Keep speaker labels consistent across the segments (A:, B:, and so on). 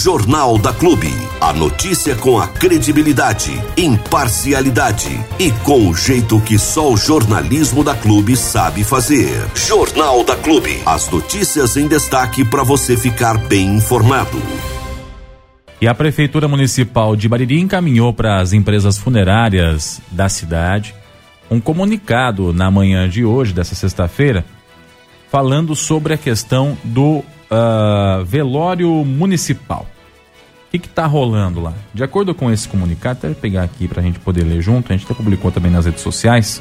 A: Jornal da Clube. A notícia com a credibilidade, imparcialidade e com o jeito que só o jornalismo da Clube sabe fazer. Jornal da Clube. As notícias em destaque para você ficar bem informado.
B: E a Prefeitura Municipal de Bariri encaminhou para as empresas funerárias da cidade um comunicado na manhã de hoje, dessa sexta-feira, falando sobre a questão do velório municipal. O que está rolando lá? De acordo com esse comunicado, até pegar aqui para a gente poder ler junto, a gente até publicou também nas redes sociais,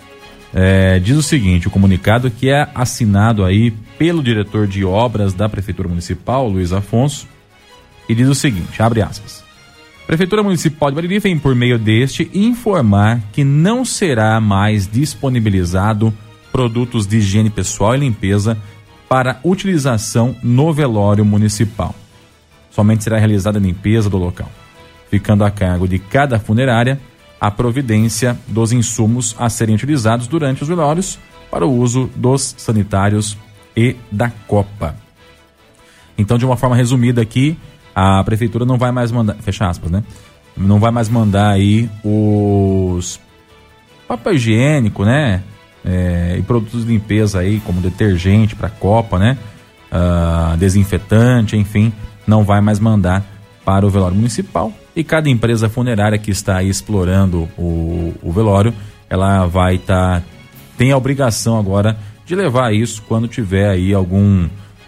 B: diz o seguinte, o comunicado que é assinado aí pelo diretor de obras da Prefeitura Municipal, Luiz Afonso, e diz o seguinte, abre aspas, Prefeitura Municipal de Bariri vem por meio deste informar que não será mais disponibilizado produtos de higiene pessoal e limpeza para utilização no velório municipal. Somente será realizada a limpeza do local, ficando a cargo de cada funerária a providência dos insumos a serem utilizados durante os velórios para o uso dos sanitários e da copa. Então, de uma forma resumida aqui, a prefeitura não vai mais mandar, fecha aspas, né? Não vai mais mandar aí os papel higiênico, né? E produtos de limpeza aí, como detergente para copa, né? Desinfetante, enfim, não vai mais mandar para o velório municipal. E cada empresa funerária que está aí explorando o velório, ela tem a obrigação agora de levar isso quando tiver aí algum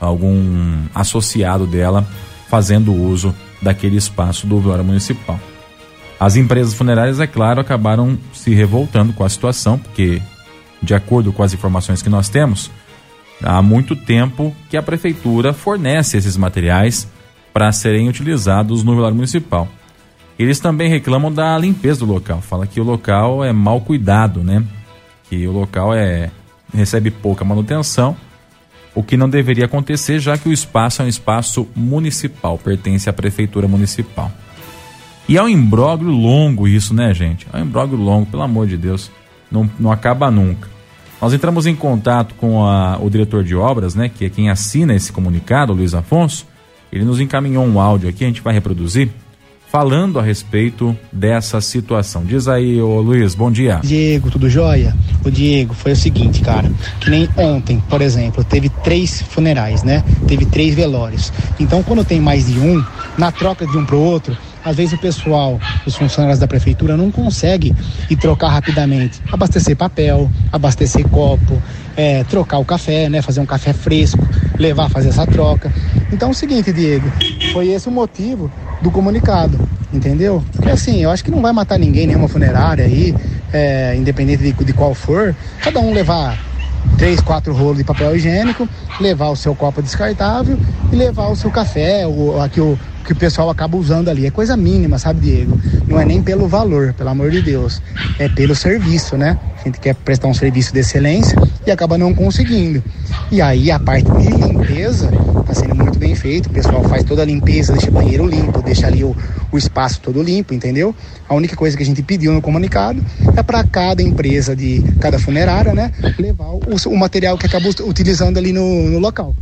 B: associado dela fazendo uso daquele espaço do velório municipal. As empresas funerárias, é claro, acabaram se revoltando com a situação, porque, de acordo com as informações que nós temos, há muito tempo que a prefeitura fornece esses materiais para serem utilizados no velório municipal. Eles também reclamam da limpeza do local, fala que o local é mal cuidado, né? Que o local recebe pouca manutenção, o que não deveria acontecer, já que o espaço é um espaço municipal, pertence à prefeitura municipal. E é um imbróglio longo isso, né, gente? É um imbróglio longo, pelo amor de Deus, não acaba nunca. Nós entramos em contato com o diretor de obras, né, que é quem assina esse comunicado, o Luiz Afonso. Ele nos encaminhou um áudio aqui, a gente vai reproduzir, falando a respeito dessa situação. Diz aí, ô Luiz, bom dia.
C: Diego, tudo jóia? O Diego, foi o seguinte, cara, que nem ontem, por exemplo, teve 3 funerais, né? Teve 3 velórios. Então, quando tem mais de um, na troca de um pro outro, às vezes o pessoal, os funcionários da prefeitura não consegue ir trocar rapidamente, abastecer papel, abastecer copo, trocar o café, né? Fazer um café fresco, levar a fazer essa troca. Então é o seguinte, Diego, foi esse o motivo do comunicado, entendeu? Porque assim, eu acho que não vai matar ninguém, nenhuma funerária aí, independente de qual for, cada um levar 3, 4 rolos de papel higiênico, levar o seu copo descartável e levar o seu café, que o pessoal acaba usando ali. É coisa mínima, sabe, Diego? Não é nem pelo valor, pelo amor de Deus. É pelo serviço, né? A gente quer prestar um serviço de excelência e acaba não conseguindo. E aí a parte de limpeza está sendo muito bem feita. O pessoal faz toda a limpeza, deixa o banheiro limpo, deixa ali o espaço todo limpo, entendeu? A única coisa que a gente pediu no comunicado é para cada empresa de cada funerária, né, levar o material que acabou utilizando ali no local.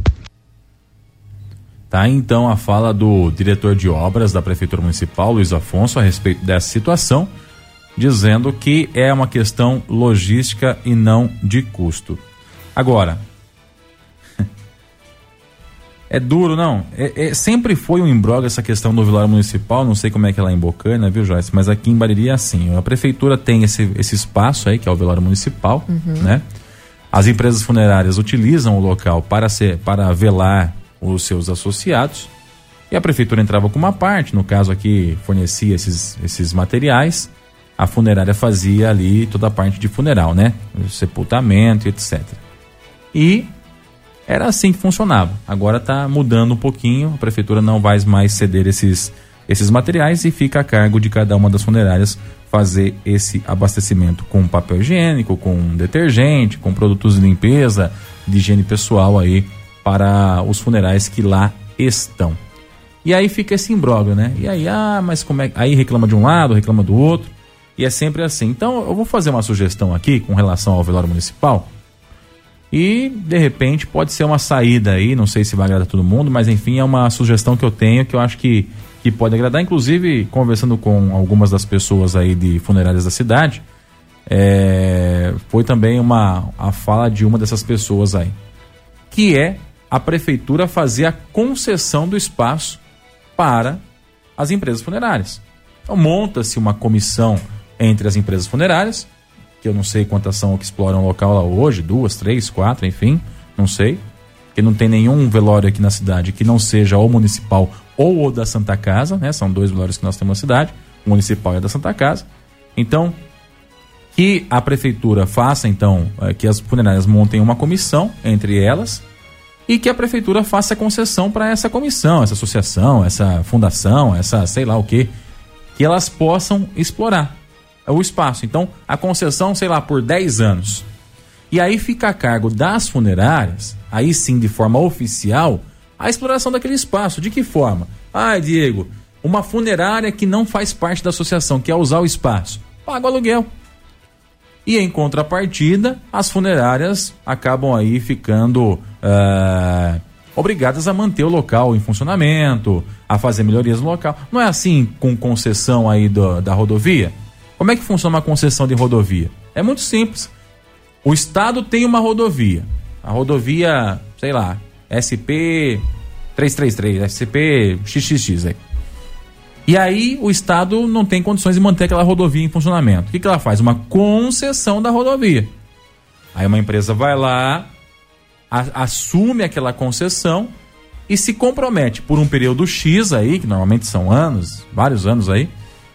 B: Tá, então a fala do diretor de obras da Prefeitura Municipal, Luiz Afonso, a respeito dessa situação, dizendo que é uma questão logística e não de custo. Agora, é duro, não? Sempre foi um imbróglio essa questão do velório municipal, não sei como é que é lá em Bocaina, viu, Joyce? Mas aqui em Bariri é assim, a prefeitura tem esse espaço aí, que é o velório municipal, né? As empresas funerárias utilizam o local para velar os seus associados, e a prefeitura entrava com uma parte, no caso aqui fornecia esses materiais, a funerária fazia ali toda a parte de funeral, né? O sepultamento, etc. E era assim que funcionava. Agora está mudando um pouquinho, a prefeitura não vai mais ceder esses materiais e fica a cargo de cada uma das funerárias fazer esse abastecimento com papel higiênico, com detergente, com produtos de limpeza, de higiene pessoal aí para os funerais que lá estão. E aí fica esse imbróglio, né? E aí, mas como é? Aí reclama de um lado, reclama do outro, e é sempre assim. Então eu vou fazer uma sugestão aqui com relação ao velório municipal. E, de repente, pode ser uma saída aí, não sei se vai agradar todo mundo, mas enfim, é uma sugestão que eu tenho, que eu acho que pode agradar. Inclusive, conversando com algumas das pessoas aí de funerárias da cidade, foi também a fala de uma dessas pessoas aí, que é a prefeitura fazer a concessão do espaço para as empresas funerárias. Então, monta-se uma comissão entre as empresas funerárias, que eu não sei quantas são que exploram o local lá hoje, 2, 3, 4, enfim, não sei, porque não tem nenhum velório aqui na cidade que não seja ou municipal ou o da Santa Casa, né? São 2 velórios que nós temos na cidade, o municipal e o da Santa Casa. Então, que a prefeitura faça, então, que as funerárias montem uma comissão entre elas e que a prefeitura faça a concessão para essa comissão, essa associação, essa fundação, essa sei lá o que elas possam explorar o espaço. Então, a concessão, sei lá, por 10 anos. E aí fica a cargo das funerárias, aí sim de forma oficial, a exploração daquele espaço. De que forma? Diego, uma funerária que não faz parte da associação, quer usar o espaço, paga o aluguel. E em contrapartida, as funerárias acabam aí ficando obrigadas a manter o local em funcionamento, a fazer melhorias no local. Não é assim com concessão aí da rodovia? Como é que funciona uma concessão de rodovia? É muito simples. O estado tem uma rodovia. A rodovia, sei lá, SP 333, SP XXX aí. E aí o estado não tem condições de manter aquela rodovia em funcionamento. O que ela faz? Uma concessão da rodovia. Aí uma empresa vai lá, assume aquela concessão e se compromete por um período X aí, que normalmente são anos, vários anos aí,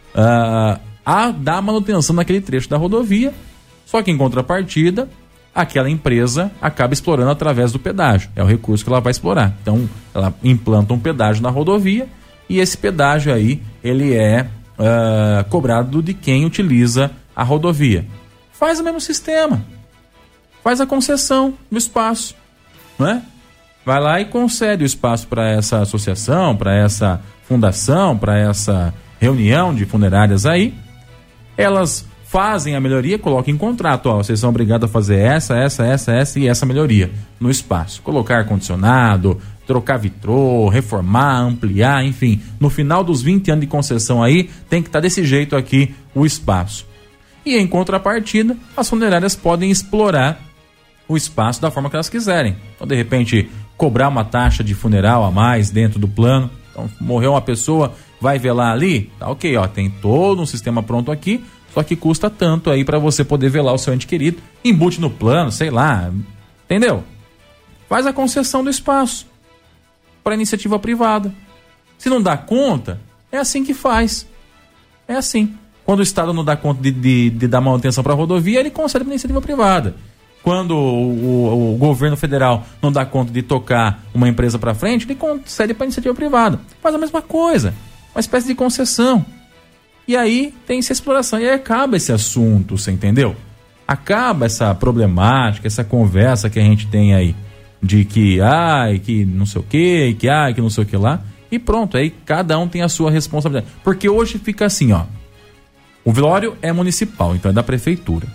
B: a dar manutenção naquele trecho da rodovia. Só que em contrapartida, aquela empresa acaba explorando através do pedágio. É o recurso que ela vai explorar. Então, ela implanta um pedágio na rodovia e esse pedágio aí, ele é cobrado de quem utiliza a rodovia. Faz o mesmo sistema. Faz a concessão do espaço, não é? Vai lá e concede o espaço para essa associação, para essa fundação, para essa reunião de funerárias aí. Elas fazem a melhoria, colocam em contrato, vocês são obrigados a fazer essa e essa melhoria no espaço. Colocar ar-condicionado, trocar vitrô, reformar, ampliar, enfim. No final dos 20 anos de concessão aí, tem que estar desse jeito aqui o espaço. E em contrapartida, as funerárias podem explorar o espaço da forma que elas quiserem. Então, de repente, cobrar uma taxa de funeral a mais dentro do plano. Então, morreu uma pessoa, vai velar ali? Tá ok, tem todo um sistema pronto aqui, só que custa tanto aí para você poder velar o seu ente querido. Embute no plano, sei lá, entendeu? Faz a concessão do espaço para iniciativa privada. Se não dá conta, é assim que faz. É assim. Quando o Estado não dá conta de dar manutenção para a rodovia, ele concede para iniciativa privada. Quando o governo federal não dá conta de tocar uma empresa para frente, ele concede para iniciativa privada. Faz a mesma coisa, uma espécie de concessão. E aí tem essa exploração, e aí acaba esse assunto, você entendeu? Acaba essa problemática, essa conversa que a gente tem aí, de que, que não sei o que, que não sei o que lá, e pronto, aí cada um tem a sua responsabilidade. Porque hoje fica assim, o velório é municipal, então é da prefeitura.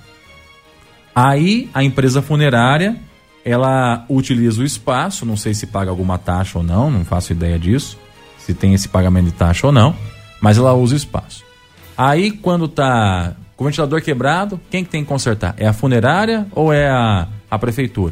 B: Aí a empresa funerária, ela utiliza o espaço, não sei se paga alguma taxa ou não faço ideia disso, se tem esse pagamento de taxa ou não, mas ela usa o espaço. Aí quando tá com o ventilador quebrado, quem que tem que consertar? É a funerária ou é a prefeitura?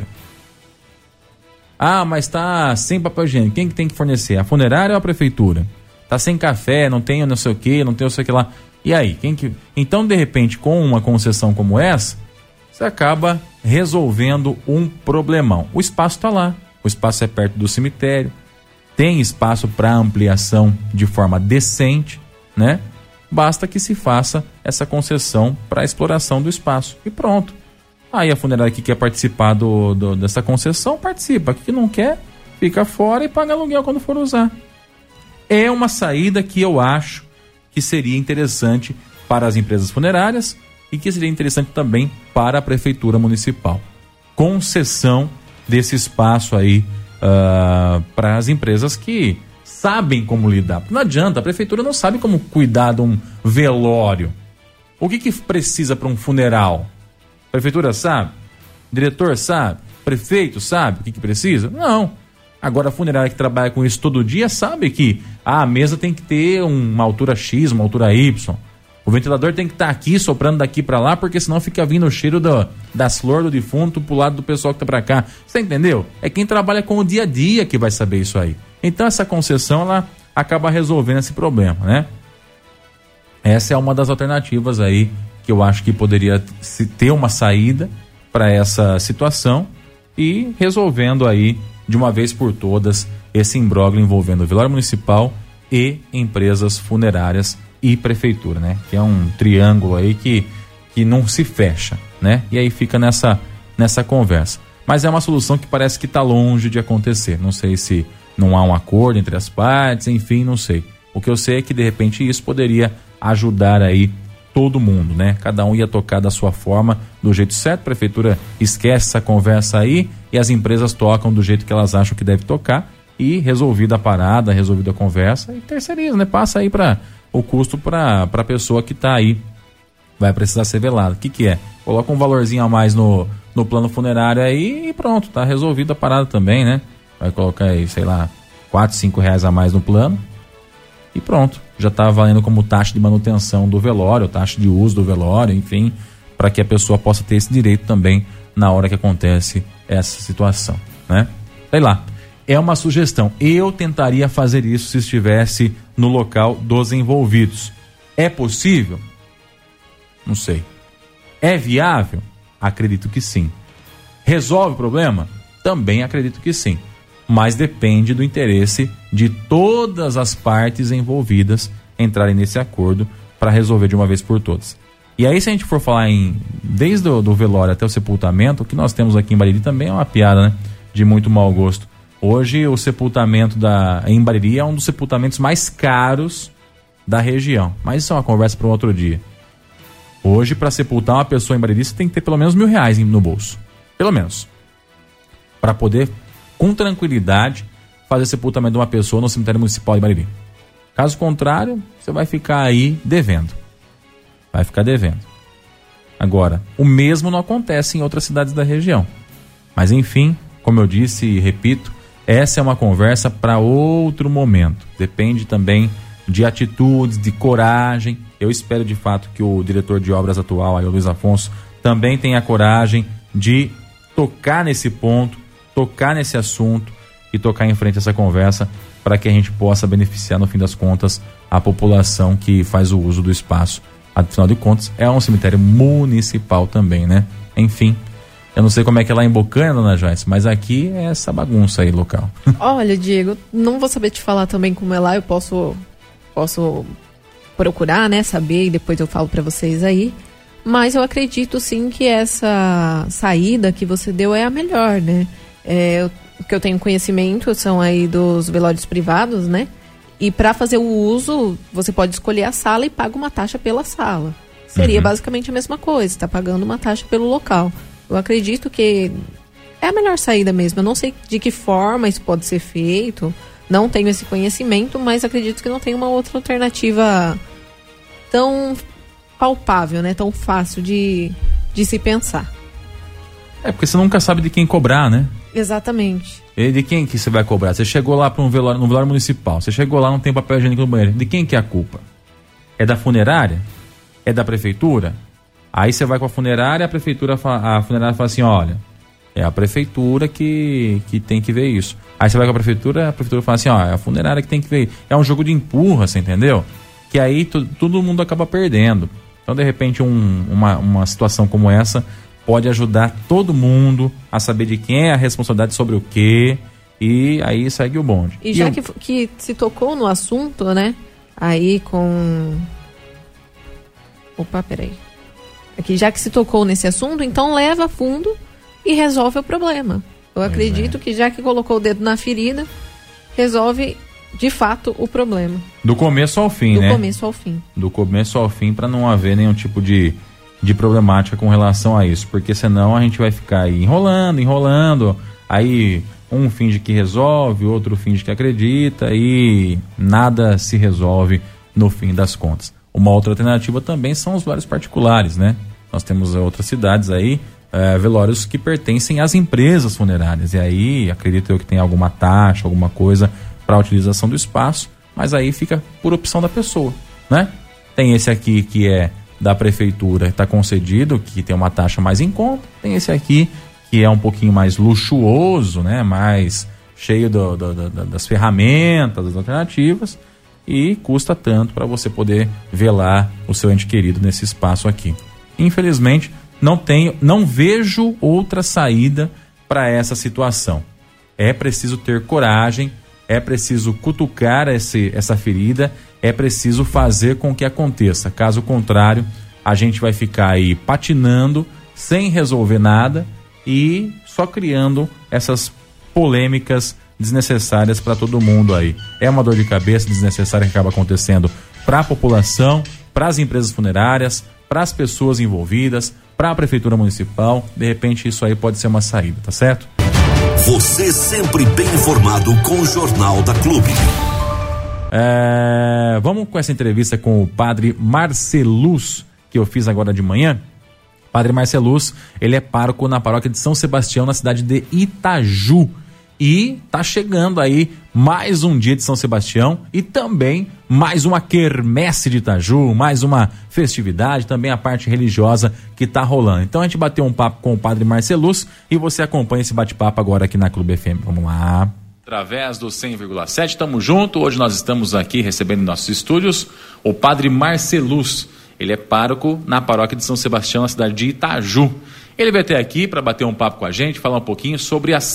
B: Mas tá sem papel higiênico, quem que tem que fornecer? A funerária ou a prefeitura? Tá sem café, não tem não sei o que, não tem não sei o que lá. E aí, Então, de repente, com uma concessão como essa, você acaba resolvendo um problemão. O espaço está lá, o espaço é perto do cemitério, tem espaço para ampliação de forma decente, né? Basta que se faça essa concessão para a exploração do espaço e pronto. Aí a funerária que quer participar dessa concessão, participa. Que não quer, fica fora e paga aluguel quando for usar. É uma saída que eu acho que seria interessante para as empresas funerárias e que seria interessante também para a prefeitura municipal. Concessão desse espaço aí para as empresas que sabem como lidar. Não adianta, a prefeitura não sabe como cuidar de um velório. O que precisa para um funeral? A prefeitura sabe? O diretor sabe? prefeito sabe o que precisa? Não. Agora a funerária que trabalha com isso todo dia sabe que a mesa tem que ter uma altura X, uma altura Y. O ventilador tem que estar aqui, soprando daqui para lá, porque senão fica vindo o cheiro das flores do defunto pro lado do pessoal que tá para cá. Você entendeu? É quem trabalha com o dia a dia que vai saber isso aí. Então essa concessão, ela acaba resolvendo esse problema, né? Essa é uma das alternativas aí que eu acho que poderia ter uma saída para essa situação e resolvendo aí de uma vez por todas esse imbróglio envolvendo o velório municipal e empresas funerárias e prefeitura, né? Que é um triângulo aí que não se fecha, né? E aí fica nessa conversa. Mas é uma solução que parece que está longe de acontecer. Não sei se não há um acordo entre as partes, enfim, não sei. O que eu sei é que de repente isso poderia ajudar aí todo mundo, né? Cada um ia tocar da sua forma, do jeito certo. A prefeitura esquece essa conversa aí e as empresas tocam do jeito que elas acham que deve tocar e resolvida a parada, resolvida a conversa e terceiriza, né? Passa aí o custo para a pessoa que está aí, vai precisar ser velada. O que é? Coloca um valorzinho a mais no plano funerário aí e pronto, tá resolvida a parada também, né? Vai colocar aí, sei lá, R$4, R$5 a mais no plano e pronto. Já tá valendo como taxa de manutenção do velório, taxa de uso do velório, enfim, para que a pessoa possa ter esse direito também na hora que acontece essa situação, né? Sei lá. É uma sugestão. Eu tentaria fazer isso se estivesse no local dos envolvidos. É possível? Não sei. É viável? Acredito que sim. Resolve o problema? Também acredito que sim. Mas depende do interesse de todas as partes envolvidas entrarem nesse acordo para resolver de uma vez por todas. E aí, se a gente for falar desde o velório até o sepultamento, o que nós temos aqui em Bariri também é uma piada, né? De muito mau gosto. Hoje o sepultamento em Bariri é um dos sepultamentos mais caros da região. Mas isso é uma conversa para um outro dia. Hoje, para sepultar uma pessoa em Bariri, você tem que ter pelo menos R$1.000 no bolso. Pelo menos. Para poder, com tranquilidade, fazer sepultamento de uma pessoa no cemitério municipal de Bariri. Caso contrário, você vai ficar aí devendo. Vai ficar devendo. Agora, o mesmo não acontece em outras cidades da região. Mas enfim, como eu disse e repito, essa é uma conversa para outro momento. Depende também de atitudes, de coragem. Eu espero de fato que o diretor de obras atual, aí, o Luiz Afonso, também tenha coragem de tocar nesse ponto, tocar nesse assunto e tocar em frente essa conversa para que a gente possa beneficiar, no fim das contas, a população que faz o uso do espaço. Afinal de contas, é um cemitério municipal também, né? Enfim. Eu não sei como é que é lá em Bocaina, dona Joyce, mas aqui é essa bagunça aí local.
D: Olha, Diego, não vou saber te falar também como é lá, eu posso procurar, né, saber e depois eu falo para vocês aí, mas eu acredito sim que essa saída que você deu é a melhor, né? O que eu tenho conhecimento são aí dos velórios privados, né? E para fazer o uso, você pode escolher a sala e paga uma taxa pela sala. Seria basicamente a mesma coisa, está pagando uma taxa pelo local. Eu acredito que é a melhor saída mesmo. Eu não sei de que forma isso pode ser feito, não tenho esse conhecimento, mas acredito que não tem uma outra alternativa tão palpável, né? Tão fácil de se pensar.
B: É porque você nunca sabe de quem cobrar, né?
D: Exatamente.
B: E de quem que você vai cobrar? Você chegou lá para no velório municipal, você chegou lá, não tem papel higiênico no banheiro. De quem que é a culpa? É da funerária? É da prefeitura? Aí você vai com a funerária, a funerária fala assim, olha, é a prefeitura que tem que ver isso. Aí você vai com a prefeitura fala assim, ó, é a funerária que tem que ver. É um jogo de empurra, você entendeu? Que aí todo mundo acaba perdendo. Então, de repente, uma situação como essa pode ajudar todo mundo a saber de quem é a responsabilidade sobre o quê, e aí segue o bonde.
D: E já que se tocou no assunto, né, aí com... Opa, peraí. Aqui, já que se tocou nesse assunto, então leva a fundo e resolve o problema. Eu acredito que já que colocou o dedo na ferida, resolve de fato o problema.
B: Do começo ao fim, né?
D: Do começo ao fim.
B: Do começo ao fim, para não haver nenhum tipo de problemática com relação a isso. Porque senão a gente vai ficar aí enrolando. Aí um finge que resolve, outro finge que acredita e nada se resolve no fim das contas. Uma outra alternativa também são os velórios particulares, né? Nós temos outras cidades aí velórios que pertencem às empresas funerárias. E aí, acredito eu que tem alguma taxa, alguma coisa para a utilização do espaço, mas aí fica por opção da pessoa, né? Tem esse aqui que é da prefeitura, está concedido, que tem uma taxa mais em conta. Tem esse aqui que é um pouquinho mais luxuoso, né? Mais cheio das ferramentas, das alternativas, e custa tanto para você poder velar o seu ente querido nesse espaço aqui. Infelizmente, não vejo outra saída para essa situação. É preciso ter coragem, é preciso cutucar essa ferida, é preciso fazer com que aconteça. Caso contrário, a gente vai ficar aí patinando, sem resolver nada e só criando essas polêmicas desnecessárias para todo mundo aí. É uma dor de cabeça desnecessária que acaba acontecendo para a população, para as empresas funerárias, para as pessoas envolvidas, para a prefeitura municipal. De repente isso aí pode ser uma saída, tá certo?
A: Você sempre bem informado com o Jornal da Clube.
B: Vamos com essa entrevista com o padre Marcelus, que eu fiz agora de manhã. Padre Marcelus, ele é pároco na paróquia de São Sebastião, na cidade de Itaju. E tá chegando aí mais um dia de São Sebastião e também mais uma quermesse de Itaju, mais uma festividade, também a parte religiosa que tá rolando. Então a gente bateu um papo com o padre Marcelus e você acompanha esse bate-papo agora aqui na Clube FM. Vamos lá. Através do 100,7, tamo junto. Hoje nós estamos aqui recebendo em nossos estúdios o padre Marcelus. Ele é pároco na paróquia de São Sebastião, na cidade de Itaju. Ele veio até aqui para bater um papo com a gente, falar um pouquinho sobre a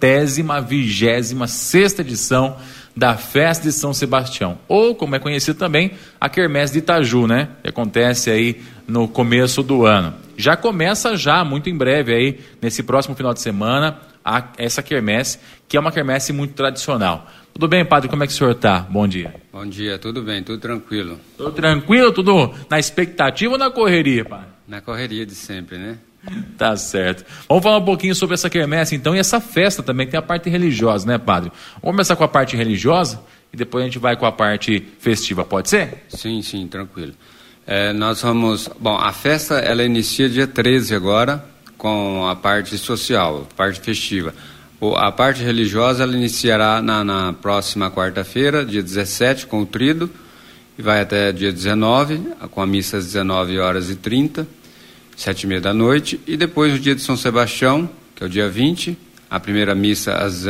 B: 126ª edição da Festa de São Sebastião, ou como é conhecido também, a Quermesse de Itaju, né? Que acontece aí no começo do ano. Já começa muito em breve aí, nesse próximo final de semana, essa quermesse, que é uma quermesse muito tradicional. Tudo bem, padre? Como é que o senhor está? Bom dia.
E: Bom dia, tudo bem, tudo tranquilo.
B: Tudo tranquilo? Tudo na expectativa ou na correria, padre?
E: Na correria de sempre, né?
B: Tá certo. Vamos falar um pouquinho sobre essa quermesse, então, e essa festa também, que tem a parte religiosa, né, padre? Vamos começar com a parte religiosa e depois a gente vai com a parte festiva, pode ser?
E: Sim, tranquilo. Nós vamos... Bom, a festa, ela inicia dia 13 agora, com a parte social, a parte festiva. A parte religiosa, ela iniciará na próxima quarta-feira, dia 17, com o Tríduo, e vai até dia 19, com a missa às 19h30, 7h30 da noite, e depois o dia de São Sebastião, que é o dia 20, a primeira missa às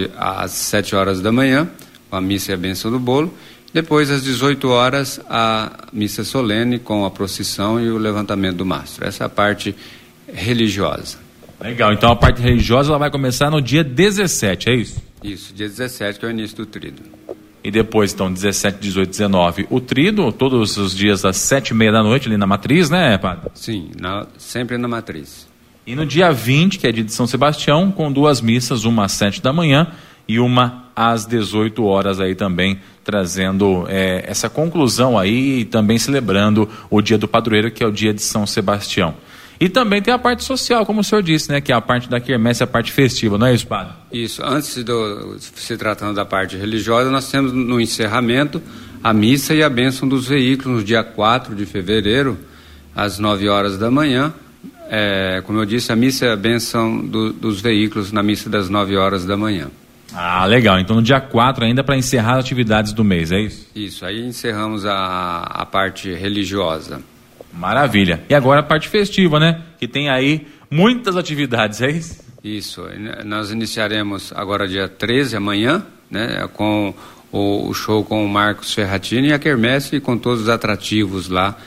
E: 7h da manhã, com a missa e a bênção do bolo, depois às 18h a missa solene com a procissão e o levantamento do mastro. Essa é a parte religiosa.
B: Legal, então a parte religiosa ela vai começar no dia 17, é isso?
E: Isso, dia 17, que é o início do Tríduo.
B: E depois, então, 17, 18, 19, o Tríduo, todos os dias às 7h30 da noite, ali na Matriz, né, padre?
E: Sim, sempre na Matriz.
B: E no dia 20, que é dia de São Sebastião, com 2 missas, uma às 7 da manhã e uma às 18h aí também, trazendo essa conclusão aí e também celebrando o dia do padroeiro, que é o dia de São Sebastião. E também tem a parte social, como o senhor disse, né? Que é a parte da quermesse, a parte festiva, não é isso, padre?
E: Isso. Antes se tratando da parte religiosa, nós temos no encerramento a missa e a bênção dos veículos no dia 4 de fevereiro, às 9h da manhã. Como eu disse, a missa e a bênção dos veículos na missa das 9h da manhã.
B: Ah, legal. Então no dia 4 ainda para encerrar as atividades do mês, é isso?
E: Isso. Aí encerramos a parte religiosa.
B: Maravilha. E agora a parte festiva, né? Que tem aí muitas atividades, é isso?
E: Isso. Nós iniciaremos agora dia 13, amanhã, né? Com o show com o Marcos Ferratini e a quermesse com todos os atrativos lá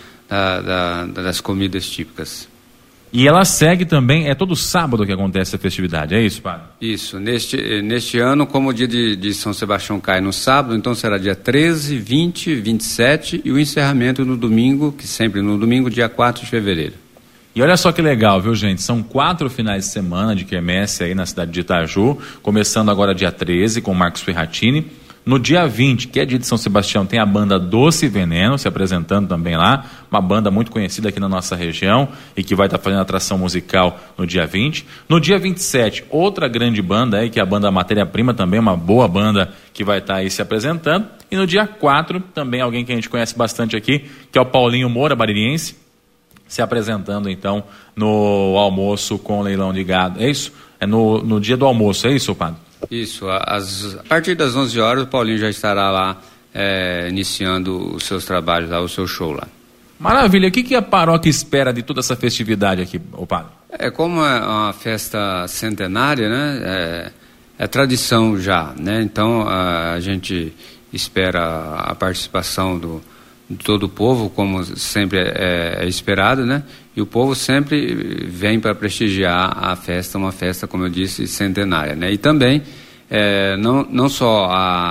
E: das comidas típicas.
B: E ela segue também, é todo sábado que acontece a festividade, é isso, padre?
E: Isso. Neste ano, como o dia de São Sebastião cai no sábado, então será dia 13, 20, 27 e o encerramento no domingo, que sempre no domingo, dia 4 de fevereiro.
B: E olha só que legal, viu, gente? São 4 finais de semana de quermesse aí na cidade de Itaju, começando agora dia 13 com o Marcos Ferratini. No dia 20, que é dia de São Sebastião, tem a banda Doce Veneno se apresentando também lá, uma banda muito conhecida aqui na nossa região e que vai estar fazendo atração musical no dia 20. No dia 27, outra grande banda aí, que é a banda Matéria Prima, também uma boa banda que vai estar aí se apresentando. E no dia 4, também alguém que a gente conhece bastante aqui, que é o Paulinho Moura, baririense, se apresentando então no almoço com leilão de gado. É isso? É no dia do almoço, é isso, padre?
E: Isso, a partir das 11 horas o Paulinho já estará lá iniciando os seus trabalhos lá, o seu show lá.
B: Maravilha, o que a paróquia espera de toda essa festividade aqui, padre?
E: Como é uma festa centenária, né, é tradição já, né, então a gente espera a participação de todo o povo, como sempre é esperado, né, e o povo sempre vem para prestigiar a festa, uma festa, como eu disse, centenária, né, e também não só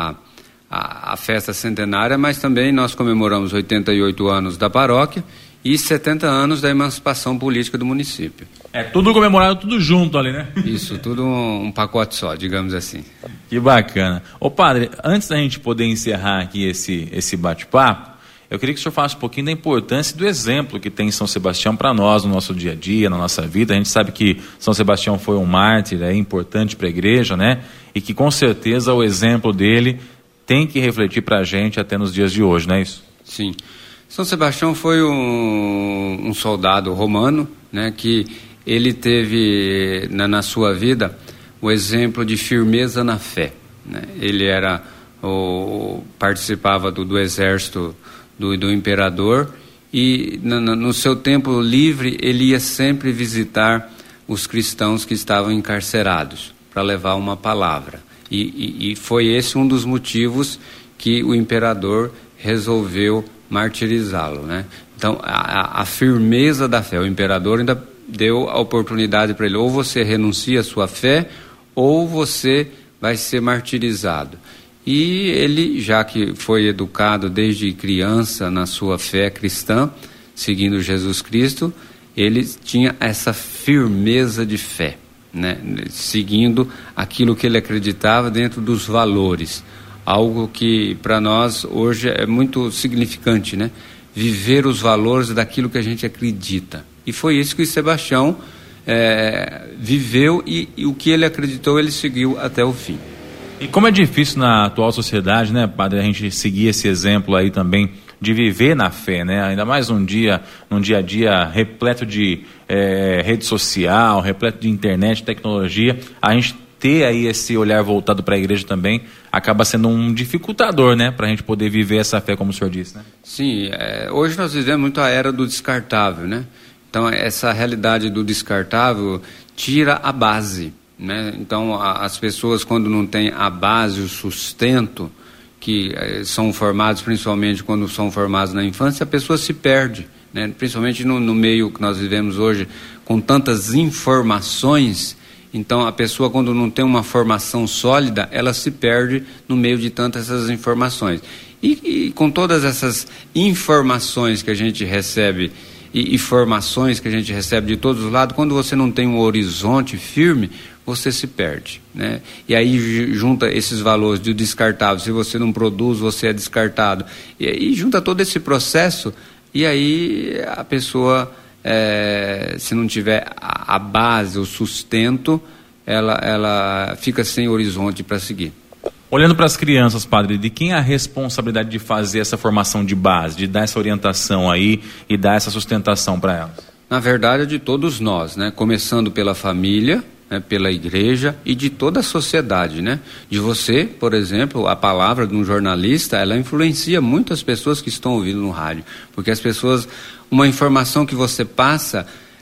E: a festa centenária, mas também nós comemoramos 88 anos da paróquia e 70 anos da emancipação política do município.
B: É tudo comemorado, tudo junto ali, né?
E: Isso, tudo um pacote só, digamos assim.
B: Que bacana. Ô padre, antes da gente poder encerrar aqui esse bate-papo, eu queria que o senhor falasse um pouquinho da importância do exemplo que tem São Sebastião para nós no nosso dia a dia, na nossa vida. A gente sabe que São Sebastião foi um mártir, importante para a igreja, né? E que com certeza o exemplo dele tem que refletir para a gente até nos dias de hoje, não é isso?
E: Sim. São Sebastião foi um soldado romano, né, que ele teve na sua vida o exemplo de firmeza na fé, né? Ele participava do exército do imperador e no seu tempo livre ele ia sempre visitar os cristãos que estavam encarcerados para levar uma palavra. E foi esse um dos motivos que o imperador resolveu martirizá-lo, né? Então, a firmeza da fé, o imperador ainda deu a oportunidade para ele, ou você renuncia à sua fé, ou você vai ser martirizado. E ele, já que foi educado desde criança na sua fé cristã, seguindo Jesus Cristo, ele tinha essa firmeza de fé, né? Seguindo aquilo que ele acreditava dentro dos valores, algo que para nós hoje é muito significante, né? Viver os valores daquilo que a gente acredita, e foi isso que o Sebastião viveu, e o que ele acreditou ele seguiu até o fim.
B: E como é difícil na atual sociedade, né, padre, a gente seguir esse exemplo aí também de viver na fé, né? Ainda mais num dia a dia repleto de rede social, repleto de internet, tecnologia, a gente ter aí esse olhar voltado para a igreja também acaba sendo um dificultador, né, para a gente poder viver essa fé, como o senhor disse, né?
E: Sim, hoje nós vivemos muito a era do descartável, né? Então essa realidade do descartável tira a base, né? Então as pessoas, quando não têm a base, o sustento, que são formados principalmente quando são formados na infância, a pessoa se perde, né? Principalmente no meio que nós vivemos hoje, com tantas informações. Então a pessoa, quando não tem uma formação sólida, ela se perde no meio de tantas essas informações. E com todas essas informações que a gente recebe e formações que a gente recebe de todos os lados, quando você não tem um horizonte firme, você se perde, né? E aí junta esses valores do descartável, se você não produz, você é descartado, e junta todo esse processo, e aí a pessoa, se não tiver a base, o sustento, ela fica sem horizonte para seguir.
B: Olhando para as crianças, padre, de quem é a responsabilidade de fazer essa formação de base, de dar essa orientação aí e dar essa sustentação para elas?
E: Na verdade é de todos nós, né? Começando pela família, né? Pela igreja e de toda a sociedade, né? De você, por exemplo, a palavra de um jornalista, ela influencia muitas pessoas que estão ouvindo no rádio, porque as pessoas, uma informação que você passa,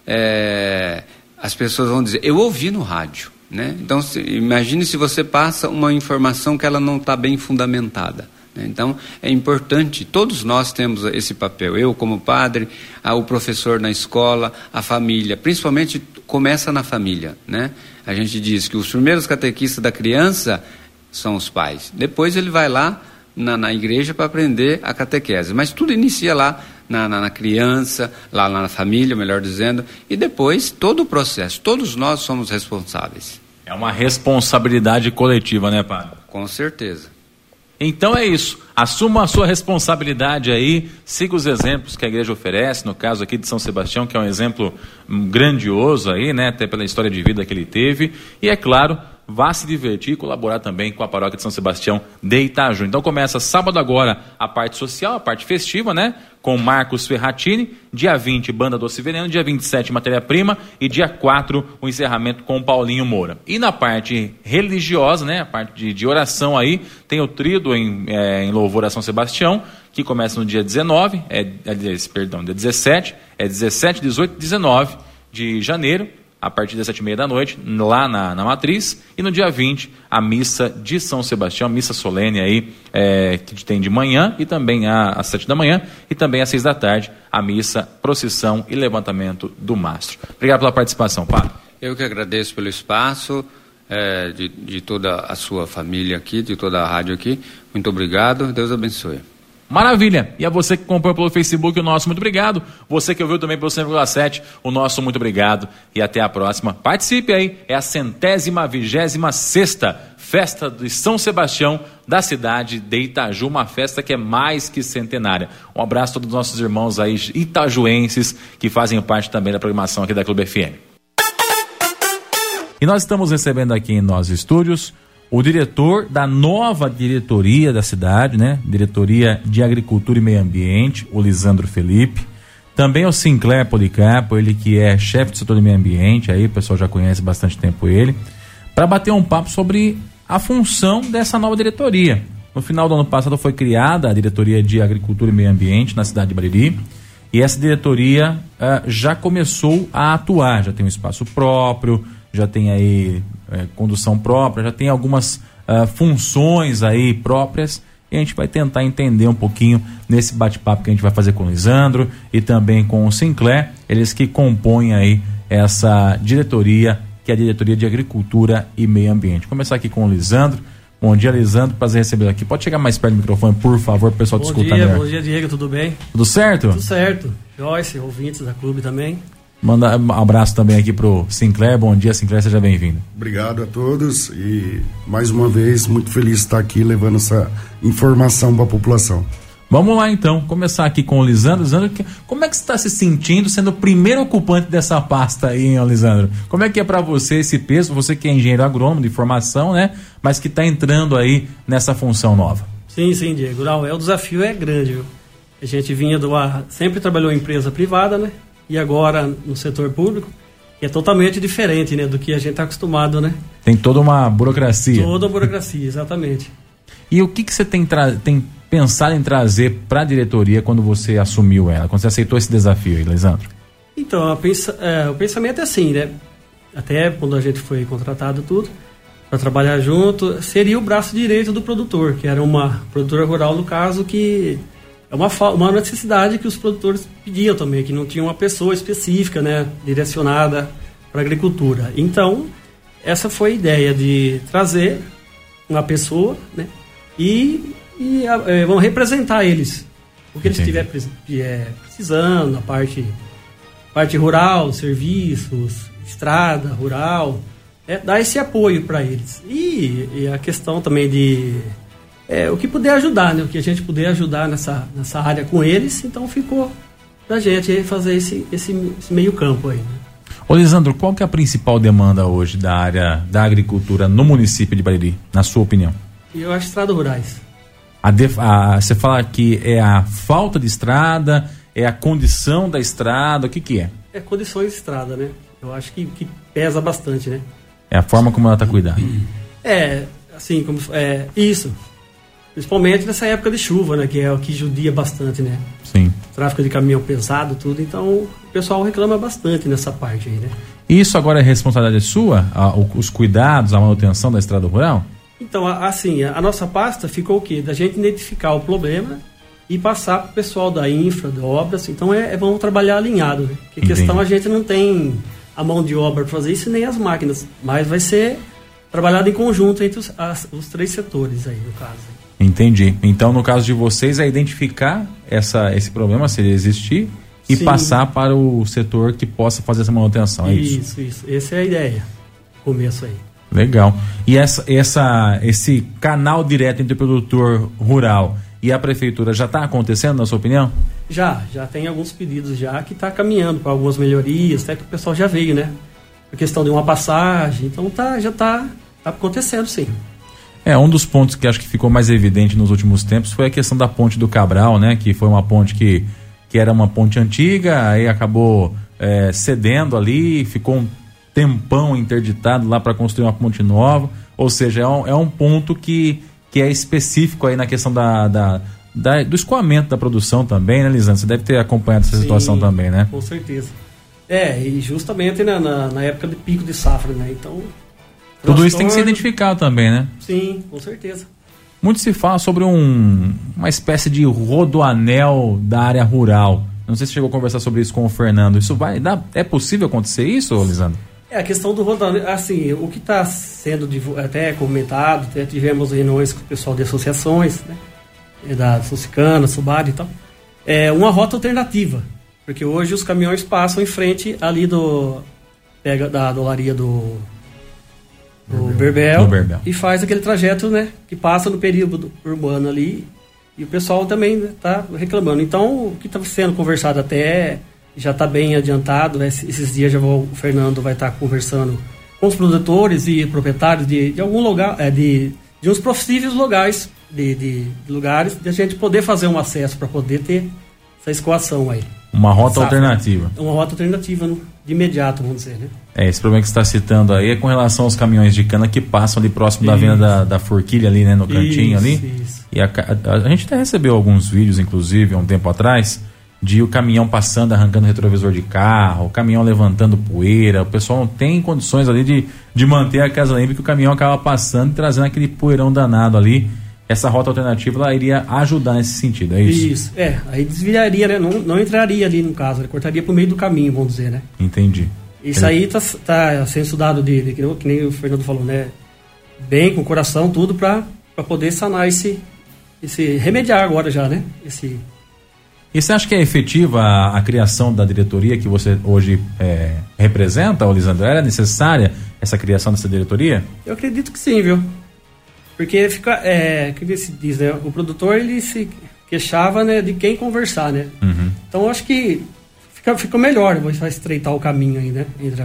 E: as pessoas vão dizer, eu ouvi no rádio, né? Então, imagine se você passa uma informação que ela não está bem fundamentada, né? Então, é importante, todos nós temos esse papel, eu como padre, o professor na escola, a família, principalmente começa na família, né? A gente diz que os primeiros catequistas da criança são os pais, depois ele vai lá na igreja para aprender a catequese, mas tudo inicia lá na criança, lá na família, melhor dizendo, e depois todo o processo, todos nós somos responsáveis.
B: É uma responsabilidade coletiva, né, padre?
E: Com certeza.
B: Então é isso, assuma a sua responsabilidade aí, siga os exemplos que a igreja oferece, no caso aqui de São Sebastião, que é um exemplo grandioso aí, né, até pela história de vida que ele teve, e é claro, vá se divertir e colaborar também com a paróquia de São Sebastião de Itaju. Então começa sábado agora a parte social, a parte festiva, né? Com Marcos Ferratini, dia 20, Banda Doce Veneno, dia 27, Matéria-Prima, e dia 4, o encerramento com Paulinho Moura. E na parte religiosa, né? A parte de oração aí, tem o tríduo em louvor a São Sebastião, que começa no dia 19, dia 17, 17, 18 e 19 de janeiro, a partir das 7h30 da noite, lá na Matriz, e no dia 20, a missa de São Sebastião, missa solene aí, que tem de manhã, e também às 7 da manhã, e também às 6 da tarde, a missa, procissão e levantamento do mastro. Obrigado pela participação, Padre.
E: Eu que agradeço pelo espaço, de toda a sua família aqui, de toda a rádio aqui. Muito obrigado, Deus abençoe.
B: Maravilha! E a você que acompanhou pelo Facebook, o nosso muito obrigado. Você que ouviu também pelo 100,7, o nosso muito obrigado. E até a próxima. Participe aí, é a 126ª Festa de São Sebastião da cidade de Itaju, uma festa que é mais que centenária. Um abraço a todos os nossos irmãos aí itajuenses que fazem parte também da programação aqui da Clube FM. E nós estamos recebendo aqui em nossos estúdios o diretor da nova diretoria da cidade, né? Diretoria de Agricultura e Meio Ambiente, o Lisandro Felipe. Também o Sinclair Policarpo, ele que é chefe do setor de meio ambiente, aí o pessoal já conhece bastante tempo ele, para bater um papo sobre a função dessa nova diretoria. No final do ano passado foi criada a Diretoria de Agricultura e Meio Ambiente na cidade de Bariri, e essa diretoria já começou a atuar, já tem um espaço próprio, já tem aí condução própria, já tem algumas funções aí próprias, e a gente vai tentar entender um pouquinho nesse bate-papo que a gente vai fazer com o Lisandro e também com o Sinclair, eles que compõem aí essa diretoria, que é a Diretoria de Agricultura e Meio Ambiente. Vou começar aqui com o Lisandro. Bom dia, Lisandro, prazer recebê-lo aqui. Pode chegar mais perto do microfone, por favor, para o pessoal te escutar melhor.
F: Bom dia, Diego, tudo bem?
B: Tudo certo?
F: Tudo certo. Joyce, ouvintes da Clube também.
B: Manda um abraço também aqui pro Sinclair. Bom dia, Sinclair, seja bem-vindo.
G: Obrigado a todos e mais uma vez muito feliz de estar aqui levando essa informação para a população.
B: Vamos lá então, começar aqui com o Lisandro. Lisandro, como é que você está se sentindo sendo o primeiro ocupante dessa pasta aí, hein, Lisandro? Como é que é para você esse peso, você que é engenheiro agrônomo de formação, né, mas que está entrando aí nessa função nova?
F: Sim, Diego. Não, o desafio é grande, viu? A gente vinha sempre trabalhou em empresa privada, né? E agora no setor público, que é totalmente diferente, né, do que a gente está acostumado, né?
B: Tem toda uma burocracia.
F: Toda a burocracia, exatamente.
B: E o que você tem pensado em trazer para a diretoria quando você assumiu ela, quando você aceitou esse desafio aí, Lisandro?
F: Então, o pensamento é assim, né? Até quando a gente foi contratado tudo, para trabalhar junto, seria o braço direito do produtor, que era uma produtora rural, no caso, que é uma necessidade que os produtores pediam também, que não tinha uma pessoa específica, né, direcionada para a agricultura. Então, essa foi a ideia de trazer uma pessoa, né, e vão representar eles, o que eles estiverem precisando, a parte rural, serviços, estrada rural, dar esse apoio para eles. E a questão também de o que puder ajudar, né? O que a gente puder ajudar nessa área com eles, então ficou da gente fazer esse meio campo aí, né?
B: Ô Lisandro, qual que é a principal demanda hoje da área da agricultura no município de Bariri, na sua opinião?
F: Eu acho estradas rurais.
B: Você fala que é a falta de estrada, é a condição da estrada, o que é?
F: É condições de estrada, né? Eu acho que pesa bastante, né?
B: É a forma como ela está cuidando.
F: Isso. Principalmente nessa época de chuva, né? Que é o que judia bastante, né?
B: Sim.
F: Tráfego de caminhão pesado, tudo. Então, o pessoal reclama bastante nessa parte aí, né?
B: Isso agora é responsabilidade sua? Os cuidados, a manutenção da estrada rural?
F: Então, assim, a nossa pasta ficou o quê? Da gente identificar o problema e passar para o pessoal da infra, de obras. Então, vamos trabalhar alinhado, né? Porque a questão, a gente não tem a mão de obra para fazer isso, nem as máquinas. Mas vai ser trabalhado em conjunto entre os três setores aí, no caso.
B: Entendi. Então, no caso de vocês, é identificar esse problema, se ele existir, e passar para o setor que possa fazer essa manutenção, é isso?
F: Isso. Essa é a ideia. Começo aí.
B: Legal. E esse canal direto entre o produtor rural e a prefeitura já está acontecendo, na sua opinião?
F: Já tem alguns pedidos já que está caminhando para algumas melhorias, até que o pessoal já veio, né? A questão de uma passagem, então já está Está acontecendo, sim.
B: Um dos pontos que acho que ficou mais evidente nos últimos tempos foi a questão da ponte do Cabral, né? Que foi uma ponte que era uma ponte antiga, aí acabou cedendo ali, ficou um tempão interditado lá para construir uma ponte nova. Ou seja, é um ponto que é específico aí na questão do escoamento da produção também, né, Lisandro? Você deve ter acompanhado essa situação também, né?
F: Com certeza. E justamente na época de pico de safra, né? Então...
B: Tudo isso tem que ser identificado também, né?
F: Sim, com certeza.
B: Muito se fala sobre uma espécie de rodoanel da área rural. Não sei se chegou a conversar sobre isso com o Fernando. Isso é possível acontecer isso, Lisandro?
F: A questão do rodoanel, assim, o que está sendo até comentado, até tivemos reuniões com o pessoal de associações, né? Da Suscana, Subari e tal. É uma rota alternativa, porque hoje os caminhões passam em frente ali da dolaria do Berbel e faz aquele trajeto, né, que passa no período urbano ali, e o pessoal também está reclamando. Então, o que está sendo conversado até já está bem adiantado, né? Esses dias o Fernando vai estar conversando com os produtores e proprietários de algum lugar, de uns possíveis lugares, de lugares de a gente poder fazer um acesso para poder ter essa escoação aí.
B: Uma rota alternativa.
F: Uma rota alternativa de imediato, vamos dizer, né?
B: Esse problema que você está citando aí é com relação aos caminhões de cana que passam ali próximo da venda da forquilha ali, né? No cantinho ali.
F: Isso.
B: E a gente até recebeu alguns vídeos, inclusive, há um tempo atrás, de o caminhão passando, arrancando retrovisor de carro, o caminhão levantando poeira. O pessoal não tem condições ali de manter a casa limpa, que o caminhão acaba passando e trazendo aquele poeirão danado ali. Essa rota alternativa, ela iria ajudar nesse sentido, é isso?
F: Isso, aí desviaria, né? Não entraria ali no caso, ele cortaria por meio do caminho, vamos dizer, né?
B: Entendi.
F: Isso aí tá sendo estudado, que nem o Fernando falou, né? Bem, com o coração, tudo para poder sanar esse remediar agora já, né?
B: E você acha que é efetiva a criação da diretoria que você hoje representa, Lisandro? Era necessária essa criação dessa diretoria?
F: Eu acredito que sim, viu? Porque fica, que se diz, né? O produtor, ele se queixava, né, de quem conversar, né?
B: Uhum.
F: Então, eu acho que fica melhor, vai estreitar o caminho aí, né? Entre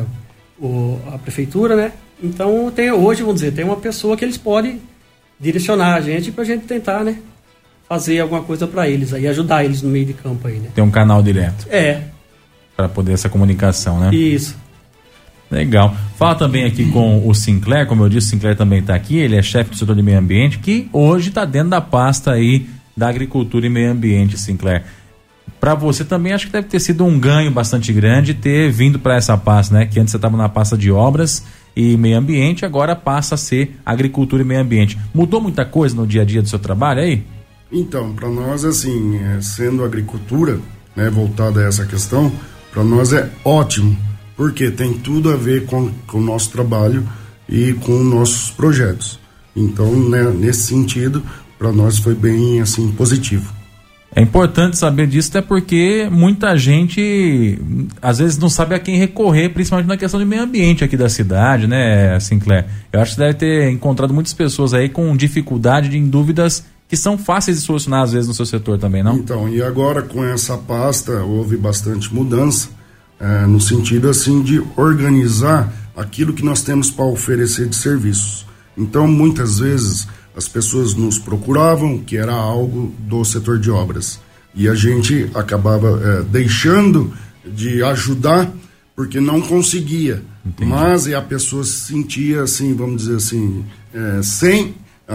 F: a prefeitura, né? Então, hoje, vamos dizer, tem uma pessoa que eles podem direcionar a gente pra gente tentar, né? Fazer alguma coisa para eles aí, ajudar eles no meio de campo aí, né?
B: Tem um canal direto. Para poder essa comunicação, né?
F: Isso.
B: Legal. Fala também aqui com o Sinclair, como eu disse, o Sinclair também está aqui, ele é chefe do setor de meio ambiente, que hoje está dentro da pasta aí da agricultura e meio ambiente, Sinclair. Para você também acho que deve ter sido um ganho bastante grande ter vindo para essa pasta, né? Que antes você estava na pasta de obras e meio ambiente, agora passa a ser agricultura e meio ambiente. Mudou muita coisa no dia a dia do seu trabalho aí?
G: Então, para nós, assim, sendo agricultura, né, voltada a essa questão, para nós é ótimo, porque tem tudo a ver com o nosso trabalho e com nossos projetos. Então, né, nesse sentido, para nós foi bem, assim, positivo.
B: É importante saber disso, até porque muita gente às vezes não sabe a quem recorrer, principalmente na questão de meio ambiente aqui da cidade, né, Sinclair? Eu acho que você deve ter encontrado muitas pessoas aí com dificuldade, em dúvidas que são fáceis de solucionar às vezes no seu setor também, não?
G: Então, e agora com essa pasta houve bastante mudança, no sentido assim de organizar aquilo que nós temos para oferecer de serviços. Então, muitas vezes as pessoas nos procuravam, que era algo do setor de obras, e a gente acabava deixando de ajudar porque não conseguia. Entendi. Mas a pessoa se sentia assim, vamos dizer assim, sem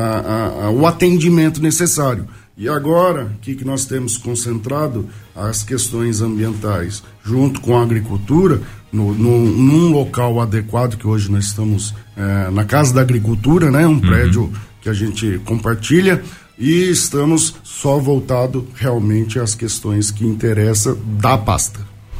G: o atendimento necessário. E agora, o que nós temos concentrado? As questões ambientais, junto com a agricultura, num local adequado, que hoje nós estamos na Casa da Agricultura, né? Um prédio que a gente compartilha, e estamos só voltado realmente às questões que interessam da pasta.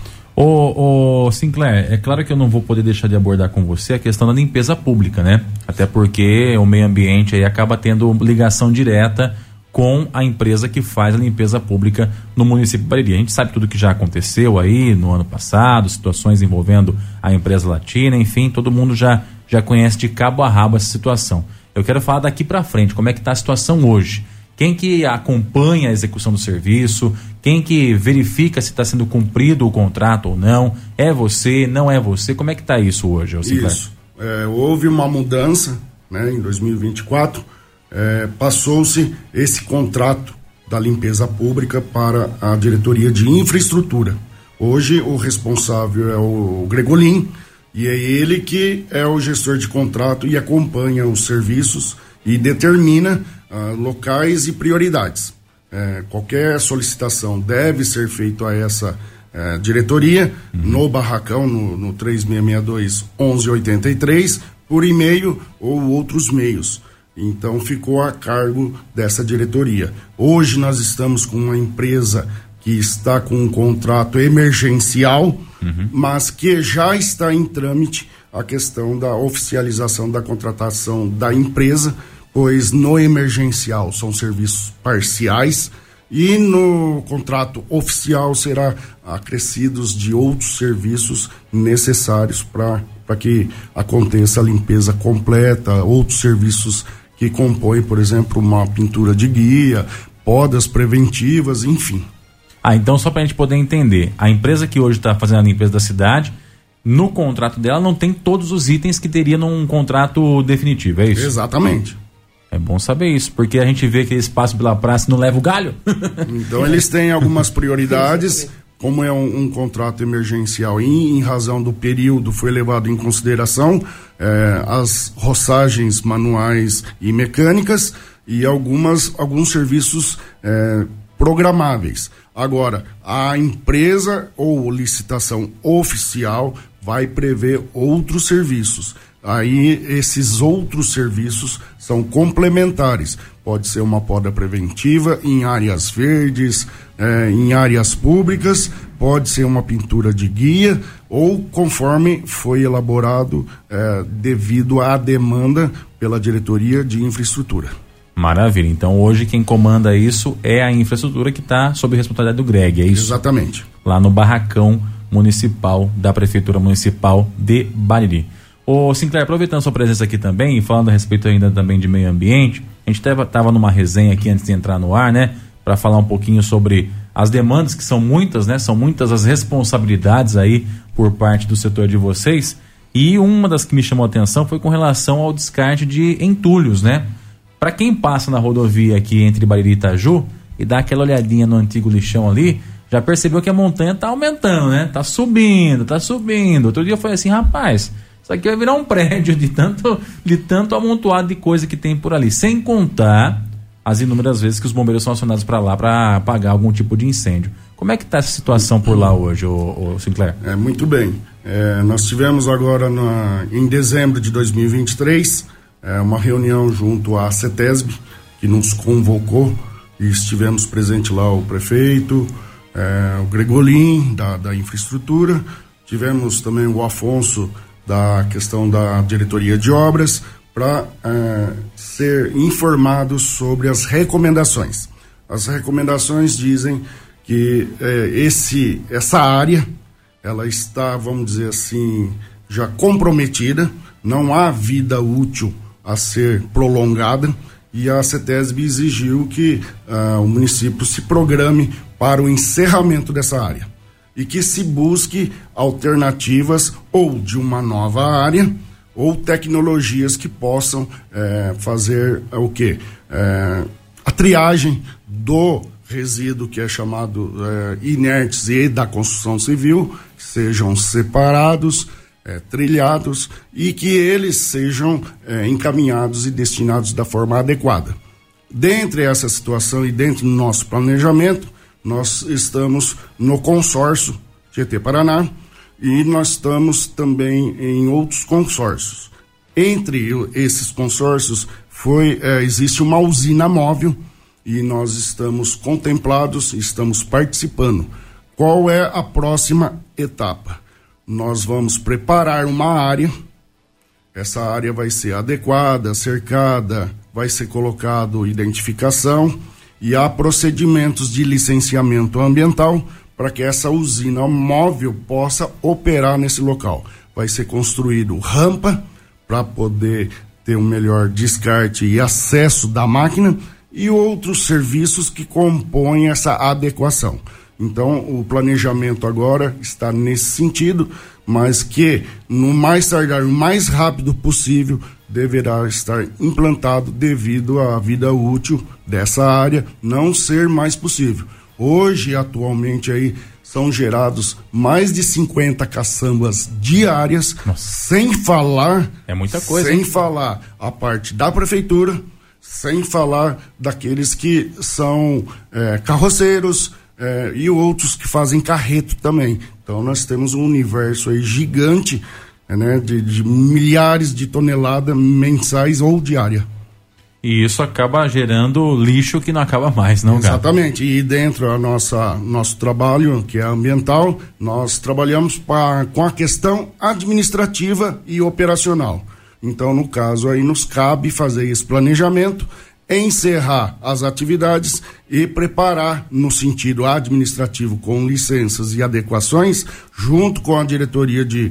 B: Ô Sinclair, é claro que eu não vou poder deixar de abordar com você a questão da limpeza pública, né? Até porque o meio ambiente aí acaba tendo ligação direta com a empresa que faz a limpeza pública no município de Bariri. A gente sabe tudo que já aconteceu aí no ano passado, situações envolvendo a empresa Latina, enfim, todo mundo já conhece de cabo a rabo essa situação. Eu quero falar daqui para frente, como é que está a situação hoje. Quem que acompanha a execução do serviço, quem que verifica se está sendo cumprido o contrato ou não, é você, não é você, como é que está isso hoje, Sinclair?
G: Isso, houve uma mudança, né, em 2024, passou-se esse contrato da limpeza pública para a diretoria de infraestrutura. Hoje o responsável é o Gregolin, e é ele que é o gestor de contrato e acompanha os serviços e determina locais e prioridades. Qualquer solicitação deve ser feita a essa diretoria, no barracão, no 3662-1183, por e-mail ou outros meios. Então ficou a cargo dessa diretoria. Hoje nós estamos com uma empresa que está com um contrato emergencial, mas que já está em trâmite a questão da oficialização da contratação da empresa, pois no emergencial são serviços parciais e no contrato oficial será acrescidos de outros serviços necessários para que aconteça a limpeza completa, outros serviços que compõem, por exemplo, uma pintura de guia, podas preventivas, enfim.
B: Então só para a gente poder entender, a empresa que hoje está fazendo a limpeza da cidade, no contrato dela não tem todos os itens que teria num contrato definitivo, é isso?
G: Exatamente.
B: É bom saber isso, porque a gente vê que esse passo pela praça não leva o galho.
G: Então eles têm algumas prioridades, como é um contrato emergencial e em razão do período foi levado em consideração as roçagens manuais e mecânicas e alguns serviços programáveis. Agora, a empresa ou licitação oficial vai prever outros serviços. Aí esses outros serviços são complementares. Pode ser uma poda preventiva em áreas verdes, em áreas públicas, pode ser uma pintura de guia ou conforme foi elaborado devido à demanda pela diretoria de infraestrutura.
B: Maravilha. Então hoje quem comanda isso é a infraestrutura que está sob a responsabilidade do Greg, é isso?
G: Exatamente.
B: Lá no barracão municipal da Prefeitura Municipal de Bariri. Ô Sinclair, aproveitando sua presença aqui também, e falando a respeito ainda também de meio ambiente, a gente estava numa resenha aqui antes de entrar no ar, né? Para falar um pouquinho sobre as demandas, que são muitas, né? São muitas as responsabilidades aí por parte do setor de vocês. E uma das que me chamou a atenção foi com relação ao descarte de entulhos, né? Para quem passa na rodovia aqui entre Bariri e Itaju e dá aquela olhadinha no antigo lixão ali, já percebeu que a montanha tá aumentando, né? Tá subindo. Outro dia foi assim, rapaz, isso aqui vai virar um prédio de tanto amontoado de coisa que tem por ali. Sem contar as inúmeras vezes que os bombeiros são acionados para lá para apagar algum tipo de incêndio. Como é que está essa situação por lá hoje, ô Sinclair?
G: Muito bem. Nós tivemos agora em dezembro de 2023 uma reunião junto à CETESB, que nos convocou, e estivemos presentes lá o prefeito, o Gregolin, da infraestrutura, tivemos também o Afonso, da questão da diretoria de obras, para ser informados sobre as recomendações. As recomendações dizem que essa área, ela está, vamos dizer assim, já comprometida, não há vida útil a ser prolongada, e a CETESB exigiu que o município se programe para o encerramento dessa área e que se busque alternativas ou de uma nova área ou tecnologias que possam fazer o quê? A triagem do resíduo que é chamado inertes e da construção civil, que sejam separados, trilhados e que eles sejam encaminhados e destinados da forma adequada. Dentre essa situação e dentro do nosso planejamento, nós estamos no consórcio Tietê Paraná e nós estamos também em outros consórcios. Entre esses consórcios existe uma usina móvel e nós estamos contemplados, estamos participando. Qual é a próxima etapa? Nós vamos preparar uma área, essa área vai ser adequada, cercada, vai ser colocado identificação e há procedimentos de licenciamento ambiental para que essa usina móvel possa operar nesse local. Vai ser construído rampa para poder ter um melhor descarte e acesso da máquina e outros serviços que compõem essa adequação. Então, o planejamento agora está nesse sentido, mas que no mais tardar, o mais rápido possível, deverá estar implantado devido à vida útil dessa área não ser mais possível. Hoje, atualmente, aí são gerados mais de 50 caçambas diárias. Nossa. Sem falar...
B: É muita coisa.
G: Sem falar a parte da prefeitura, sem falar daqueles que são carroceiros e outros que fazem carreto também. Então nós temos um universo aí gigante, né, de milhares de toneladas mensais ou diária.
B: E isso acaba gerando lixo que não acaba mais, não, Gato?
G: Exatamente. E dentro do nosso trabalho, que é ambiental, nós trabalhamos com a questão administrativa e operacional. Então, no caso, aí nos cabe fazer esse planejamento, encerrar as atividades e preparar no sentido administrativo com licenças e adequações, junto com a diretoria de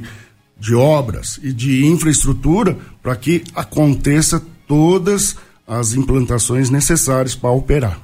G: obras e de infraestrutura, para que aconteça todas as implantações necessárias para operar.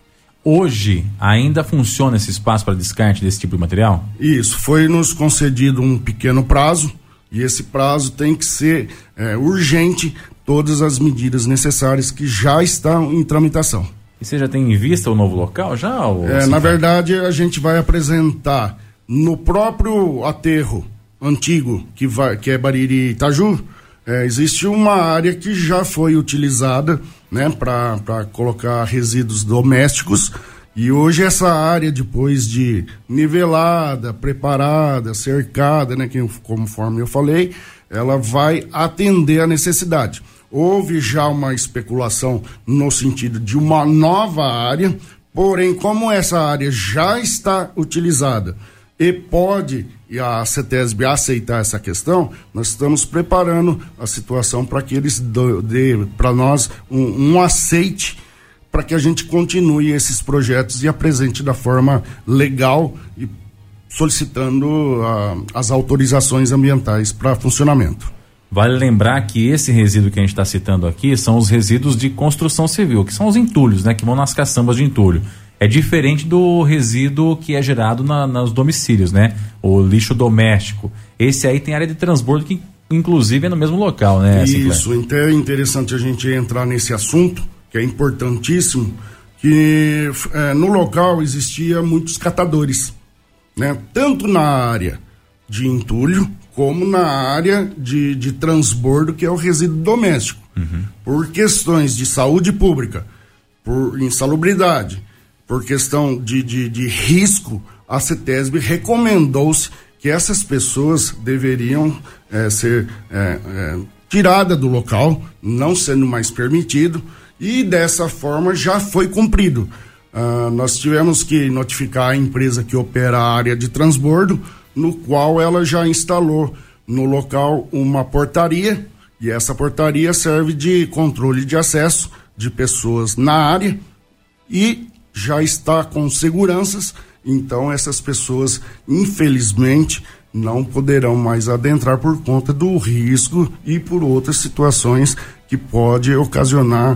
B: Hoje ainda funciona esse espaço para descarte desse tipo de material?
G: Isso, foi nos concedido um pequeno prazo, e esse prazo tem que ser urgente, todas as medidas necessárias que já estão em tramitação.
B: E você já tem em vista o novo local já?
G: Na verdade, a gente vai apresentar no próprio aterro antigo, que é Bariri Itaju, existe uma área que já foi utilizada, né, para colocar resíduos domésticos, e hoje essa área, depois de nivelada, preparada, cercada, né, conforme eu falei, ela vai atender a necessidade. Houve já uma especulação no sentido de uma nova área, porém, como essa área já está utilizada e pode a CETESB aceitar essa questão, nós estamos preparando a situação para que eles dê para nós um aceite para que a gente continue esses projetos e apresente da forma legal e solicitando as autorizações ambientais para funcionamento.
B: Vale lembrar que esse resíduo que a gente está citando aqui são os resíduos de construção civil, que são os entulhos, né, que vão nas caçambas de entulho. É diferente do resíduo que é gerado nos domicílios, né? O lixo doméstico. Esse aí tem área de transbordo que, inclusive, é no mesmo local, né?
G: Isso, então é interessante a gente entrar nesse assunto, que é importantíssimo, que no local existia muitos catadores, né? Tanto na área de entulho, como na área de transbordo, que é o resíduo doméstico. Uhum. Por questões de saúde pública, por insalubridade, por questão de risco, a CETESB recomendou-se que essas pessoas deveriam ser tiradas do local, não sendo mais permitido, e dessa forma já foi cumprido. Nós tivemos que notificar a empresa que opera a área de transbordo, no qual ela já instalou no local uma portaria, e essa portaria serve de controle de acesso de pessoas na área e já está com seguranças, então essas pessoas, infelizmente, não poderão mais adentrar por conta do risco e por outras situações que pode ocasionar,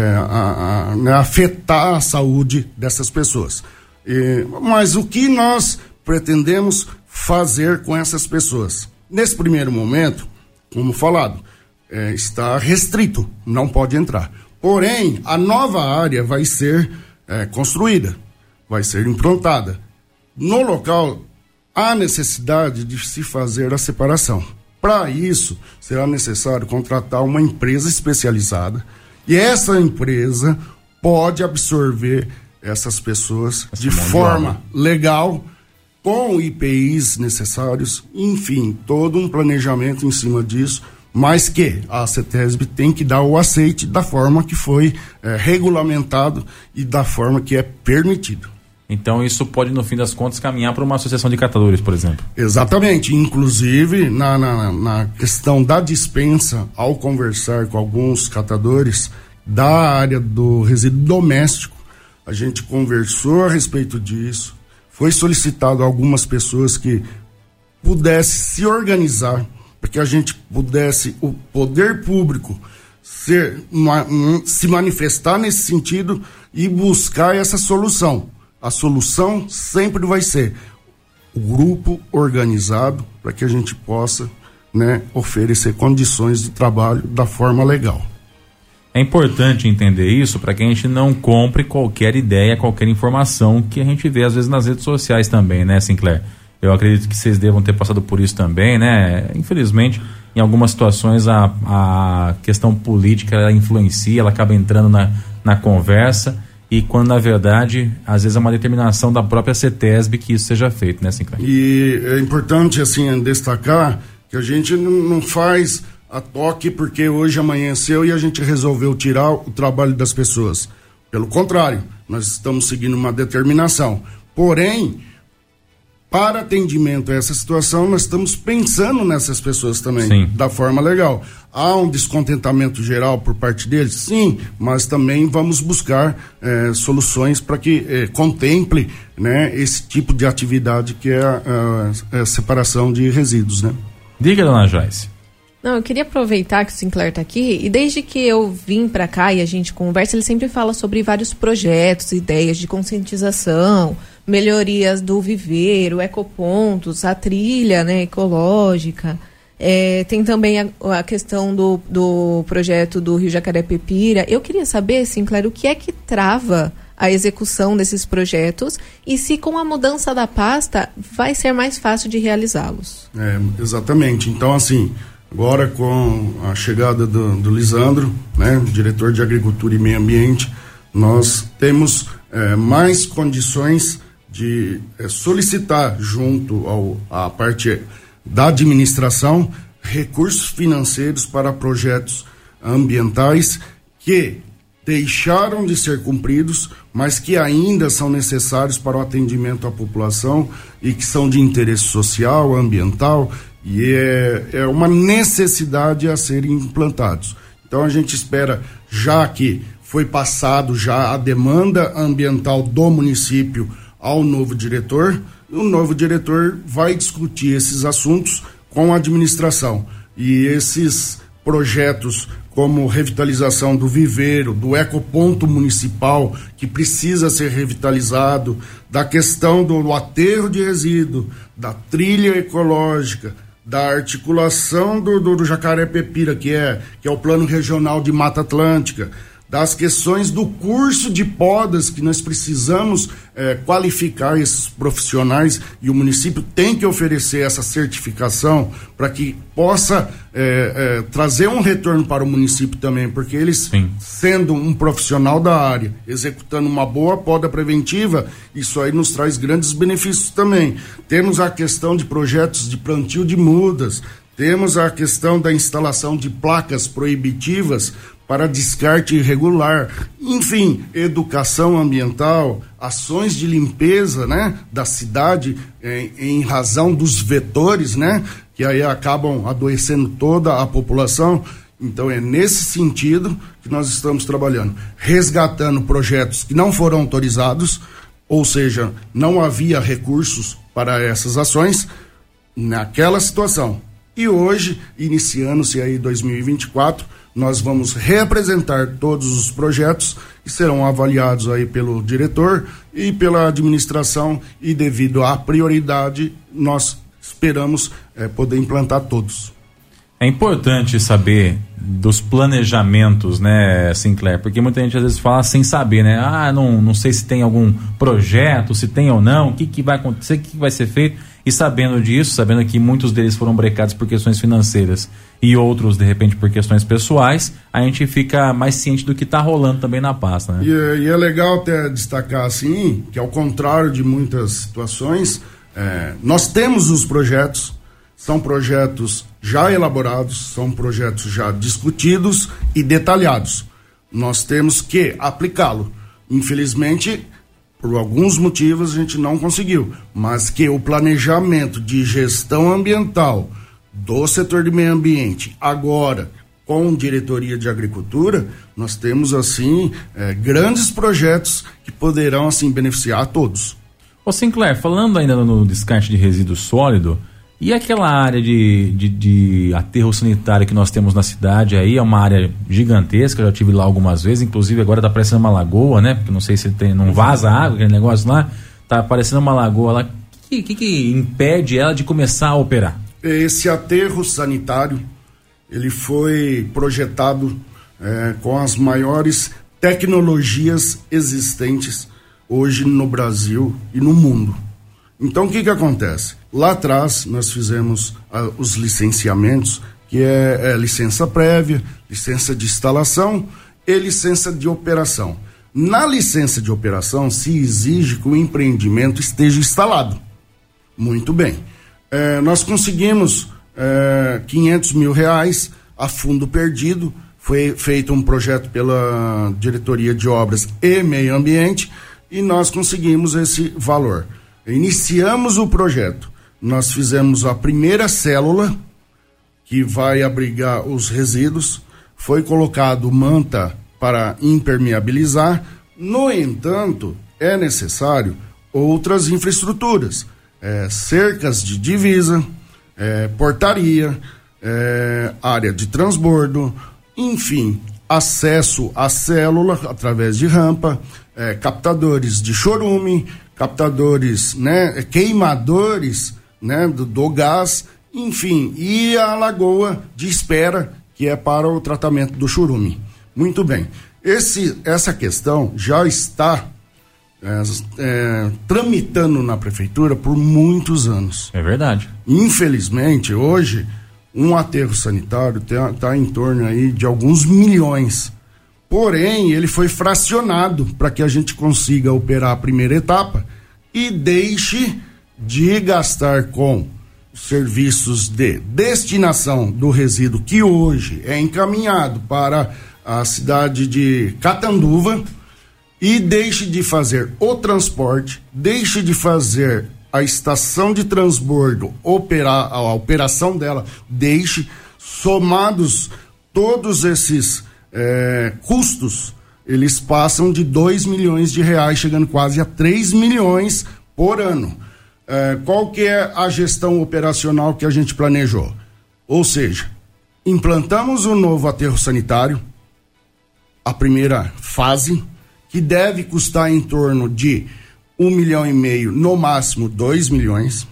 G: afetar a saúde dessas pessoas. Mas o que nós pretendemos fazer com essas pessoas? Nesse primeiro momento, como falado, está restrito, não pode entrar. Porém, a nova área vai ser construída, vai ser implantada. No local, há necessidade de se fazer a separação. Para isso, será necessário contratar uma empresa especializada, e essa empresa pode absorver essas pessoas de forma legal, com IPIs necessários, enfim, todo um planejamento em cima disso, mas que a CETESB tem que dar o aceite da forma que foi regulamentado e da forma que é permitido.
B: Então isso pode, no fim das contas, caminhar para uma associação de catadores, por exemplo?
G: Exatamente, inclusive na questão da dispensa, ao conversar com alguns catadores da área do resíduo doméstico, a gente conversou a respeito disso, foi solicitado a algumas pessoas que pudessem se organizar, para que a gente pudesse, o poder público, se manifestar nesse sentido e buscar essa solução. A solução sempre vai ser o grupo organizado, para que a gente possa né, oferecer condições de trabalho da forma legal.
B: É importante entender isso para que a gente não compre qualquer ideia, qualquer informação que a gente vê às vezes nas redes sociais também, né, Sinclair? Eu acredito que vocês devam ter passado por isso também, né? Infelizmente, em algumas situações a questão política ela influencia, ela acaba entrando na conversa, e quando na verdade, às vezes é uma determinação da própria CETESB que isso seja feito, né, Sinclair? E
G: é importante, assim, destacar que a gente não faz a toque porque hoje amanheceu e a gente resolveu tirar o trabalho das pessoas. Pelo contrário, nós estamos seguindo uma determinação. Porém, para atendimento a essa situação, nós estamos pensando nessas pessoas também, sim, da forma legal. Há um descontentamento geral por parte deles? Sim, mas também vamos buscar soluções para que contemple, né, esse tipo de atividade que é a separação de resíduos, né?
B: Diga, dona Joyce.
D: Não, eu queria aproveitar que o Sinclair está aqui, e desde que eu vim para cá e a gente conversa, ele sempre fala sobre vários projetos, ideias de conscientização, melhorias do viveiro, ecopontos, a trilha, né, ecológica. Tem também a questão do projeto do Rio Jacaré-Pepira. Eu queria saber, Sinclair, o que é que trava a execução desses projetos e se com a mudança da pasta vai ser mais fácil de realizá-los.
G: Exatamente. Então, assim, agora com a chegada do Lisandro, né, diretor de Agricultura e Meio Ambiente, nós temos mais condições de solicitar junto à parte da administração recursos financeiros para projetos ambientais que deixaram de ser cumpridos, mas que ainda são necessários para o atendimento à população e que são de interesse social, ambiental, e é uma necessidade a serem implantados. Então a gente espera, já que foi passado já a demanda ambiental do município ao novo diretor, o novo diretor vai discutir esses assuntos com a administração. E esses projetos como revitalização do viveiro, do ecoponto municipal, que precisa ser revitalizado, da questão do aterro de resíduo, da trilha ecológica, da articulação do Jacaré-Pepira, que é o Plano Regional de Mata Atlântica, das questões do curso de podas, que nós precisamos qualificar esses profissionais, e o município tem que oferecer essa certificação para que possa trazer um retorno para o município também, porque eles, sim, sendo um profissional da área, executando uma boa poda preventiva, isso aí nos traz grandes benefícios também. Temos a questão de projetos de plantio de mudas, temos a questão da instalação de placas proibitivas para descarte irregular, enfim, educação ambiental, ações de limpeza, né, da cidade em razão dos vetores, né, que aí acabam adoecendo toda a população. Então é nesse sentido que nós estamos trabalhando, resgatando projetos que não foram autorizados, ou seja, não havia recursos para essas ações naquela situação. E hoje, iniciando-se aí 2024, nós vamos reapresentar todos os projetos que serão avaliados aí pelo diretor e pela administração, e devido à prioridade, nós esperamos poder implantar todos.
B: É importante saber dos planejamentos, né, Sinclair? Porque muita gente às vezes fala sem saber, né? Não sei se tem algum projeto, se tem ou não, o que vai acontecer, o que vai ser feito. E sabendo disso, sabendo que muitos deles foram brecados por questões financeiras e outros, de repente, por questões pessoais, a gente fica mais ciente do que está rolando também na pasta, né?
G: E é legal até destacar, assim, que ao contrário de muitas situações, nós temos os projetos, são projetos já elaborados, são projetos já discutidos e detalhados. Nós temos que aplicá-lo. Infelizmente, por alguns motivos a gente não conseguiu, mas que o planejamento de gestão ambiental do setor de meio ambiente, agora com diretoria de agricultura, nós temos assim grandes projetos que poderão assim beneficiar a todos.
B: Ô Sinclair, falando ainda no descarte de resíduo sólido, e aquela área de aterro sanitário que nós temos na cidade aí, é uma área gigantesca, eu já estive lá algumas vezes, inclusive agora está parecendo uma lagoa, né? Porque não sei se não vaza água, aquele negócio lá, está parecendo uma lagoa lá. O que impede ela de começar a operar?
G: Esse aterro sanitário, ele foi projetado com as maiores tecnologias existentes hoje no Brasil e no mundo. Então, o que acontece? Lá atrás, nós fizemos os licenciamentos, que é licença prévia, licença de instalação e licença de operação. Na licença de operação, se exige que o empreendimento esteja instalado. Muito bem. Nós conseguimos R$500 mil a fundo perdido. Foi feito um projeto pela Diretoria de Obras e Meio Ambiente e nós conseguimos esse valor. Iniciamos o projeto. Nós fizemos a primeira célula que vai abrigar os resíduos. Foi colocado manta para impermeabilizar. No entanto, é necessário outras infraestruturas. Cercas de divisa, portaria, área de transbordo, enfim, acesso à célula através de rampa, captadores de chorume, captadores, queimadores, do gás, enfim, e a lagoa de espera, que é para o tratamento do chorume. Muito bem. Essa questão já está tramitando na prefeitura por muitos anos.
B: É verdade.
G: Infelizmente, hoje, um aterro sanitário está em torno aí de alguns milhões. Porém, ele foi fracionado para que a gente consiga operar a primeira etapa e deixe de gastar com serviços de destinação do resíduo que hoje é encaminhado para a cidade de Catanduva e deixe de fazer o transporte, deixe de fazer a estação de transbordo, a operação dela, deixe, somados todos esses custos, eles passam de R$2 milhões, chegando quase a 3 milhões por ano. Qual que é a gestão operacional que a gente planejou? Ou seja, implantamos um novo aterro sanitário, a primeira fase, que deve custar em torno de R$1,5 milhão, no máximo 2 milhões.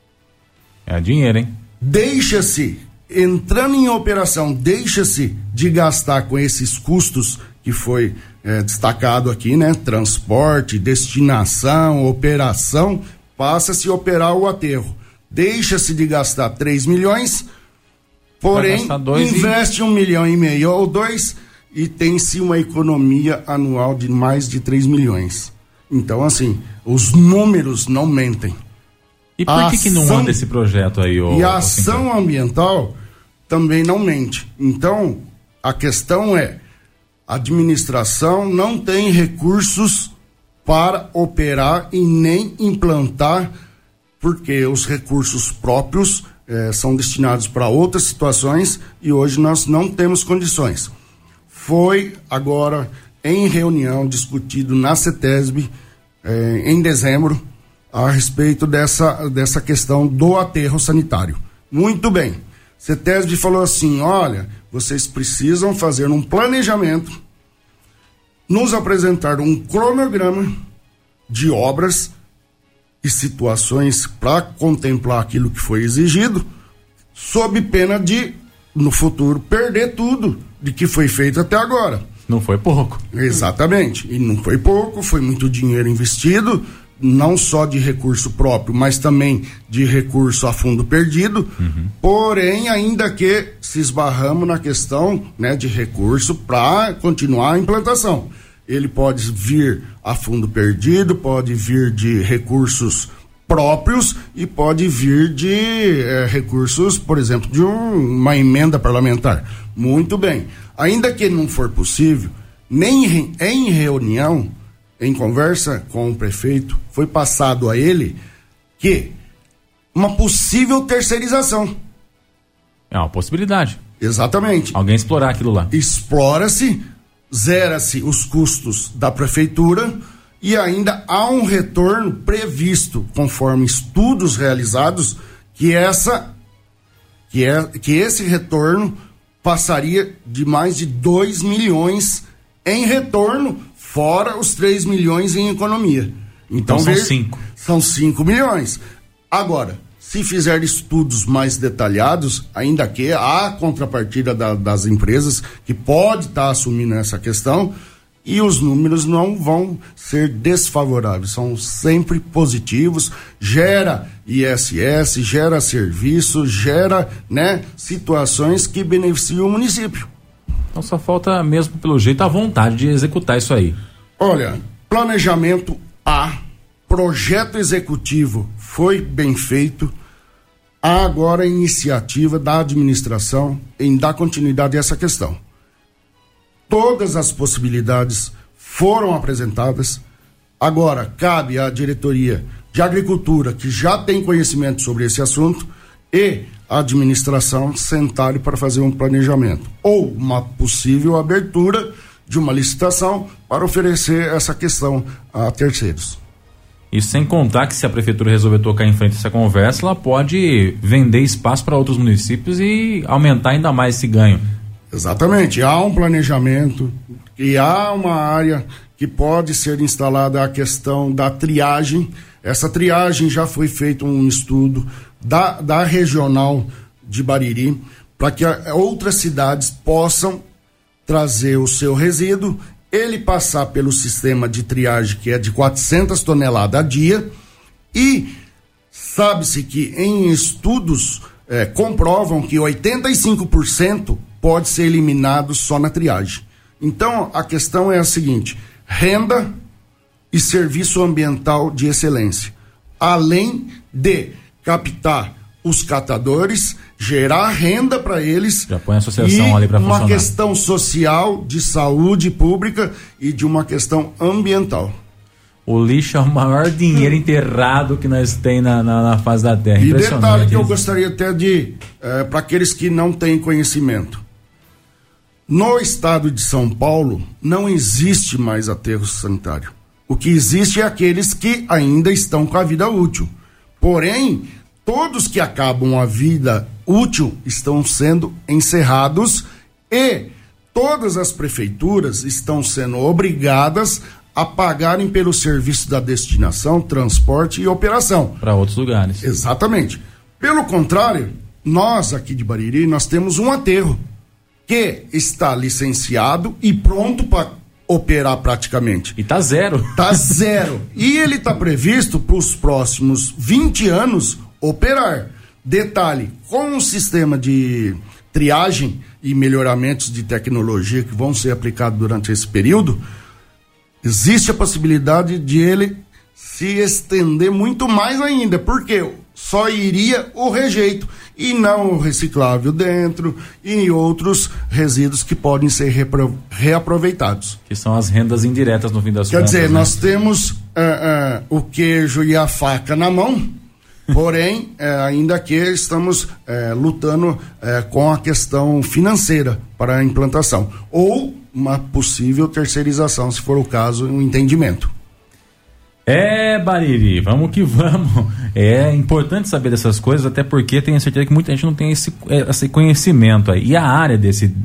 B: É dinheiro, hein?
G: Deixa-se, entrando em operação, deixa-se de gastar com esses custos que foi destacado aqui, transporte, destinação, operação, passa-se a operar o aterro. Deixa-se de gastar 3 milhões, porém, investe R$1,5 milhão ou 2 e tem-se uma economia anual de mais de 3 milhões. Então, assim, os números não mentem.
B: E por que não anda esse projeto aí?
G: E a ação ambiental também não mente. Então, a questão é, a administração não tem recursos para operar e nem implantar, porque os recursos próprios são destinados para outras situações e hoje nós não temos condições. Foi agora em reunião discutido na CETESB em dezembro a respeito dessa questão do aterro sanitário. Muito bem. CETESB falou assim, olha, vocês precisam fazer um planejamento, nos apresentar um cronograma de obras e situações para contemplar aquilo que foi exigido, sob pena de, no futuro, perder tudo de que foi feito até agora.
B: Não foi pouco.
G: Exatamente. E não foi pouco, foi muito dinheiro investido, não só de recurso próprio, mas também de recurso a fundo perdido. Porém, ainda que se esbarramos na questão de recurso para continuar a implantação. Ele pode vir a fundo perdido, pode vir de recursos próprios e pode vir de recursos, por exemplo, de uma emenda parlamentar. Muito bem. Ainda que não for possível, nem em reunião, em conversa com o prefeito, foi passado a ele que uma possível terceirização.
B: É uma possibilidade.
G: Exatamente.
B: Alguém explorar aquilo lá.
G: Explora-se, zera-se os custos da prefeitura e ainda há um retorno previsto, conforme estudos realizados, que esse retorno passaria de mais de 2 milhões em retorno, fora os 3 milhões em economia. Então
B: são 5.
G: São 5 milhões. Agora, se fizer estudos mais detalhados, ainda que há contrapartida das empresas que pode estar assumindo essa questão, e os números não vão ser desfavoráveis, são sempre positivos, gera ISS, gera serviço, gera, né, situações que beneficiam o município.
B: Então só falta mesmo, pelo jeito, a vontade de executar isso aí.
G: Olha, planejamento há, projeto executivo foi bem feito, há agora a iniciativa da administração em dar continuidade a essa questão. Todas as possibilidades foram apresentadas. Agora, cabe à diretoria de agricultura, que já tem conhecimento sobre esse assunto, e a administração sentarem para fazer um planejamento ou uma possível abertura de uma licitação para oferecer essa questão a terceiros.
B: E sem contar que se a prefeitura resolver tocar em frente essa conversa, ela pode vender espaço para outros municípios e aumentar ainda mais esse ganho.
G: Exatamente, há um planejamento e há uma área que pode ser instalada a questão da triagem. Essa triagem já foi feito um estudo da regional de Bariri para que outras cidades possam trazer o seu resíduo, ele passar pelo sistema de triagem que é de 400 toneladas a dia, e sabe-se que em estudos comprovam que 85% pode ser eliminado só na triagem. Então, a questão é a seguinte: renda e serviço ambiental de excelência. Além de captar os catadores, gerar renda para eles.
B: Já põe a associação ali para funcionar.
G: Uma questão social, de saúde pública e de uma questão ambiental.
B: O lixo é o maior dinheiro enterrado que nós tem na face da terra.
G: E detalhe que eu gostaria até de, para aqueles que não têm conhecimento. No estado de São Paulo, não existe mais aterro sanitário. O que existe é aqueles que ainda estão com a vida útil. Porém, todos que acabam a vida útil estão sendo encerrados e todas as prefeituras estão sendo obrigadas a pagarem pelo serviço da destinação, transporte e operação.
B: Para outros lugares.
G: Exatamente. Pelo contrário, nós aqui de Bariri, nós temos um aterro que está licenciado e pronto para operar praticamente.
B: E tá zero.
G: Tá zero. E ele está previsto para os próximos 20 anos operar. Detalhe, com um sistema de triagem e melhoramentos de tecnologia que vão ser aplicados durante esse período, existe a possibilidade de ele se estender muito mais ainda, porque só iria o rejeito e não o reciclável dentro e outros resíduos que podem ser reaproveitados.
B: Que são as rendas indiretas no fim das contas.
G: Quer dizer,
B: né?
G: Nós temos o queijo e a faca na mão, porém, ainda que estamos lutando com a questão financeira para a implantação. Ou uma possível terceirização, se for o caso, um entendimento.
B: Bariri, vamos que vamos. É importante saber dessas coisas, até porque tenho certeza que muita gente não tem esse conhecimento aí. E a área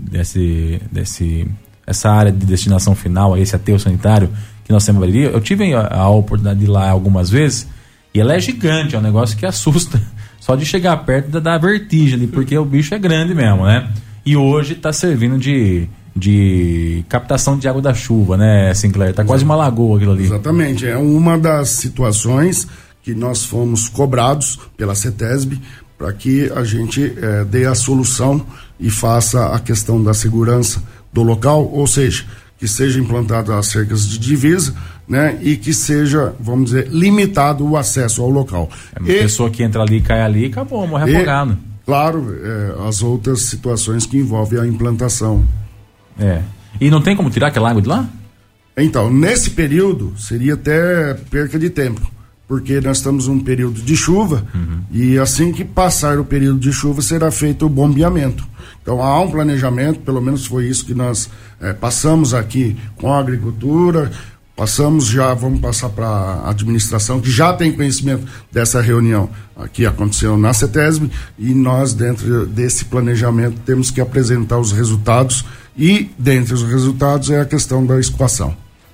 B: essa área de destinação final, esse aterro sanitário que nós temos em Bariri, eu tive a oportunidade de ir lá algumas vezes, e ela é gigante, é um negócio que assusta. Só de chegar perto dá vertigem ali, porque o bicho é grande mesmo, né? E hoje está servindo de captação de água da chuva, né, Sinclair? Tá quase uma lagoa aquilo ali.
G: Exatamente, é uma das situações que nós fomos cobrados pela CETESB para que a gente dê a solução e faça a questão da segurança do local, ou seja, que seja implantado as cercas de divisa, né, e que seja, vamos dizer, limitado o acesso ao local.
B: Uma pessoa que entra ali e cai ali, acabou, morre afogado.
G: Claro, as outras situações que envolvem a implantação.
B: E não tem como tirar aquela água de lá?
G: Então, nesse período, seria até perca de tempo, porque nós estamos num período de chuva, e assim que passar o período de chuva, será feito o bombeamento. Então, há um planejamento, pelo menos foi isso que nós passamos aqui com a agricultura, vamos passar para a administração, que já tem conhecimento dessa reunião que aconteceu na CETESB, e nós, dentro desse planejamento, temos que apresentar os resultados. E, dentre os resultados, é a questão da escoação.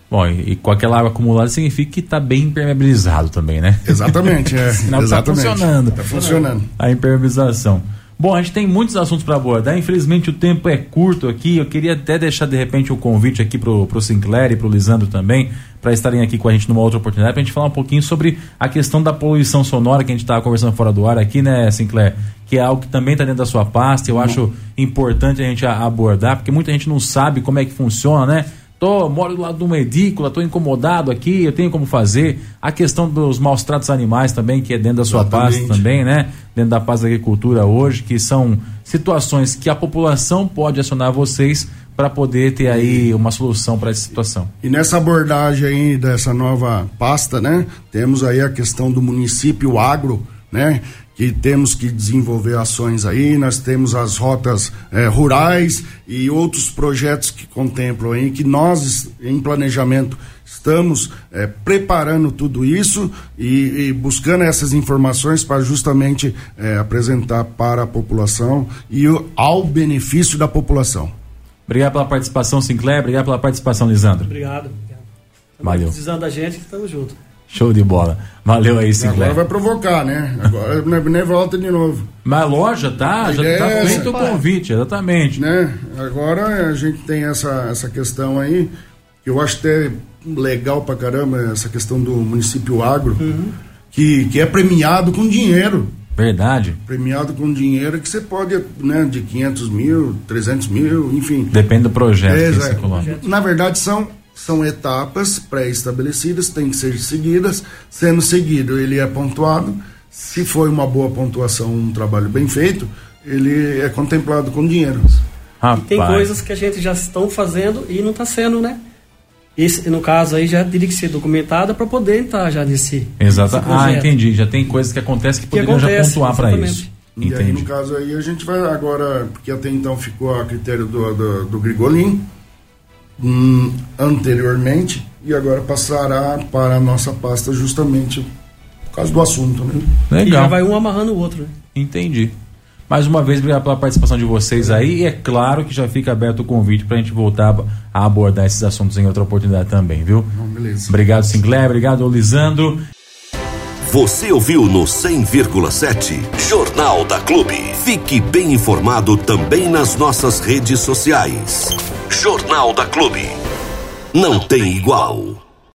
B: Bom, e com aquela água acumulada significa que está bem impermeabilizado também, né?
G: Exatamente,
B: Não está funcionando.
G: Está funcionando.
B: A impermeabilização. Bom, a gente tem muitos assuntos para abordar, infelizmente o tempo é curto aqui, eu queria até deixar de repente o convite aqui pro Sinclair e pro Lisandro também, para estarem aqui com a gente numa outra oportunidade, pra gente falar um pouquinho sobre a questão da poluição sonora que a gente estava conversando fora do ar aqui, né, Sinclair? Que é algo que também está dentro da sua pasta, eu acho importante a gente abordar, porque muita gente não sabe como é que funciona, né? Moro do lado de uma edícula, tô incomodado aqui, eu tenho como fazer. A questão dos maus tratos animais também, que é dentro da sua pasta também, né? Dentro da pasta da agricultura hoje, que são situações que a população pode acionar vocês para poder ter aí uma solução para essa situação.
G: E nessa abordagem aí dessa nova pasta, né? Temos aí a questão do município agro, né? Que temos que desenvolver ações aí, nós temos as rotas rurais e outros projetos que contemplam aí, que nós em planejamento estamos preparando tudo isso e buscando essas informações para justamente apresentar para a população e ao benefício da população.
B: Obrigado pela participação, Sinclair, obrigado pela participação, Lisandro.
F: Obrigado.
B: Valeu.
F: Precisando da gente, estamos juntos.
B: Show de bola. Valeu aí, Sinclair.
G: Agora vai provocar, né? Agora nem volta de novo.
B: Mas a loja já tá feito o convite, exatamente.
G: Né? Agora a gente tem essa questão aí, que eu acho até legal pra caramba, essa questão do município agro, que é premiado com dinheiro.
B: Verdade.
G: Premiado com dinheiro que você pode, né, de 500 mil, 300 mil, enfim.
B: Depende do projeto que você coloca.
G: Na verdade, são etapas pré-estabelecidas, tem que ser seguidas. Sendo seguido, ele é pontuado. Se foi uma boa pontuação, um trabalho bem feito, ele é contemplado com dinheiro.
F: E tem coisas que a gente já estão fazendo e não está sendo, né? Esse, no caso aí, já teria que ser documentada para poder entrar já nesse
B: entendi. Já tem coisas que acontecem que poderiam já pontuar para isso.
G: E aí, no caso aí, a gente vai agora, porque até então ficou a critério do Grigolin, anteriormente, e agora passará para a nossa pasta justamente por causa do assunto, né?
B: Legal.
F: E já vai um amarrando o outro, né?
B: Entendi. Mais uma vez, obrigado pela participação de vocês aí, e é claro que já fica aberto o convite para a gente voltar a abordar esses assuntos em outra oportunidade também, viu?
G: Beleza.
B: Obrigado, Sinclair, obrigado, Lisandro.
A: Você ouviu no 100,7 Jornal da Clube. Fique bem informado também nas nossas redes sociais. Jornal da Clube. Não tem igual.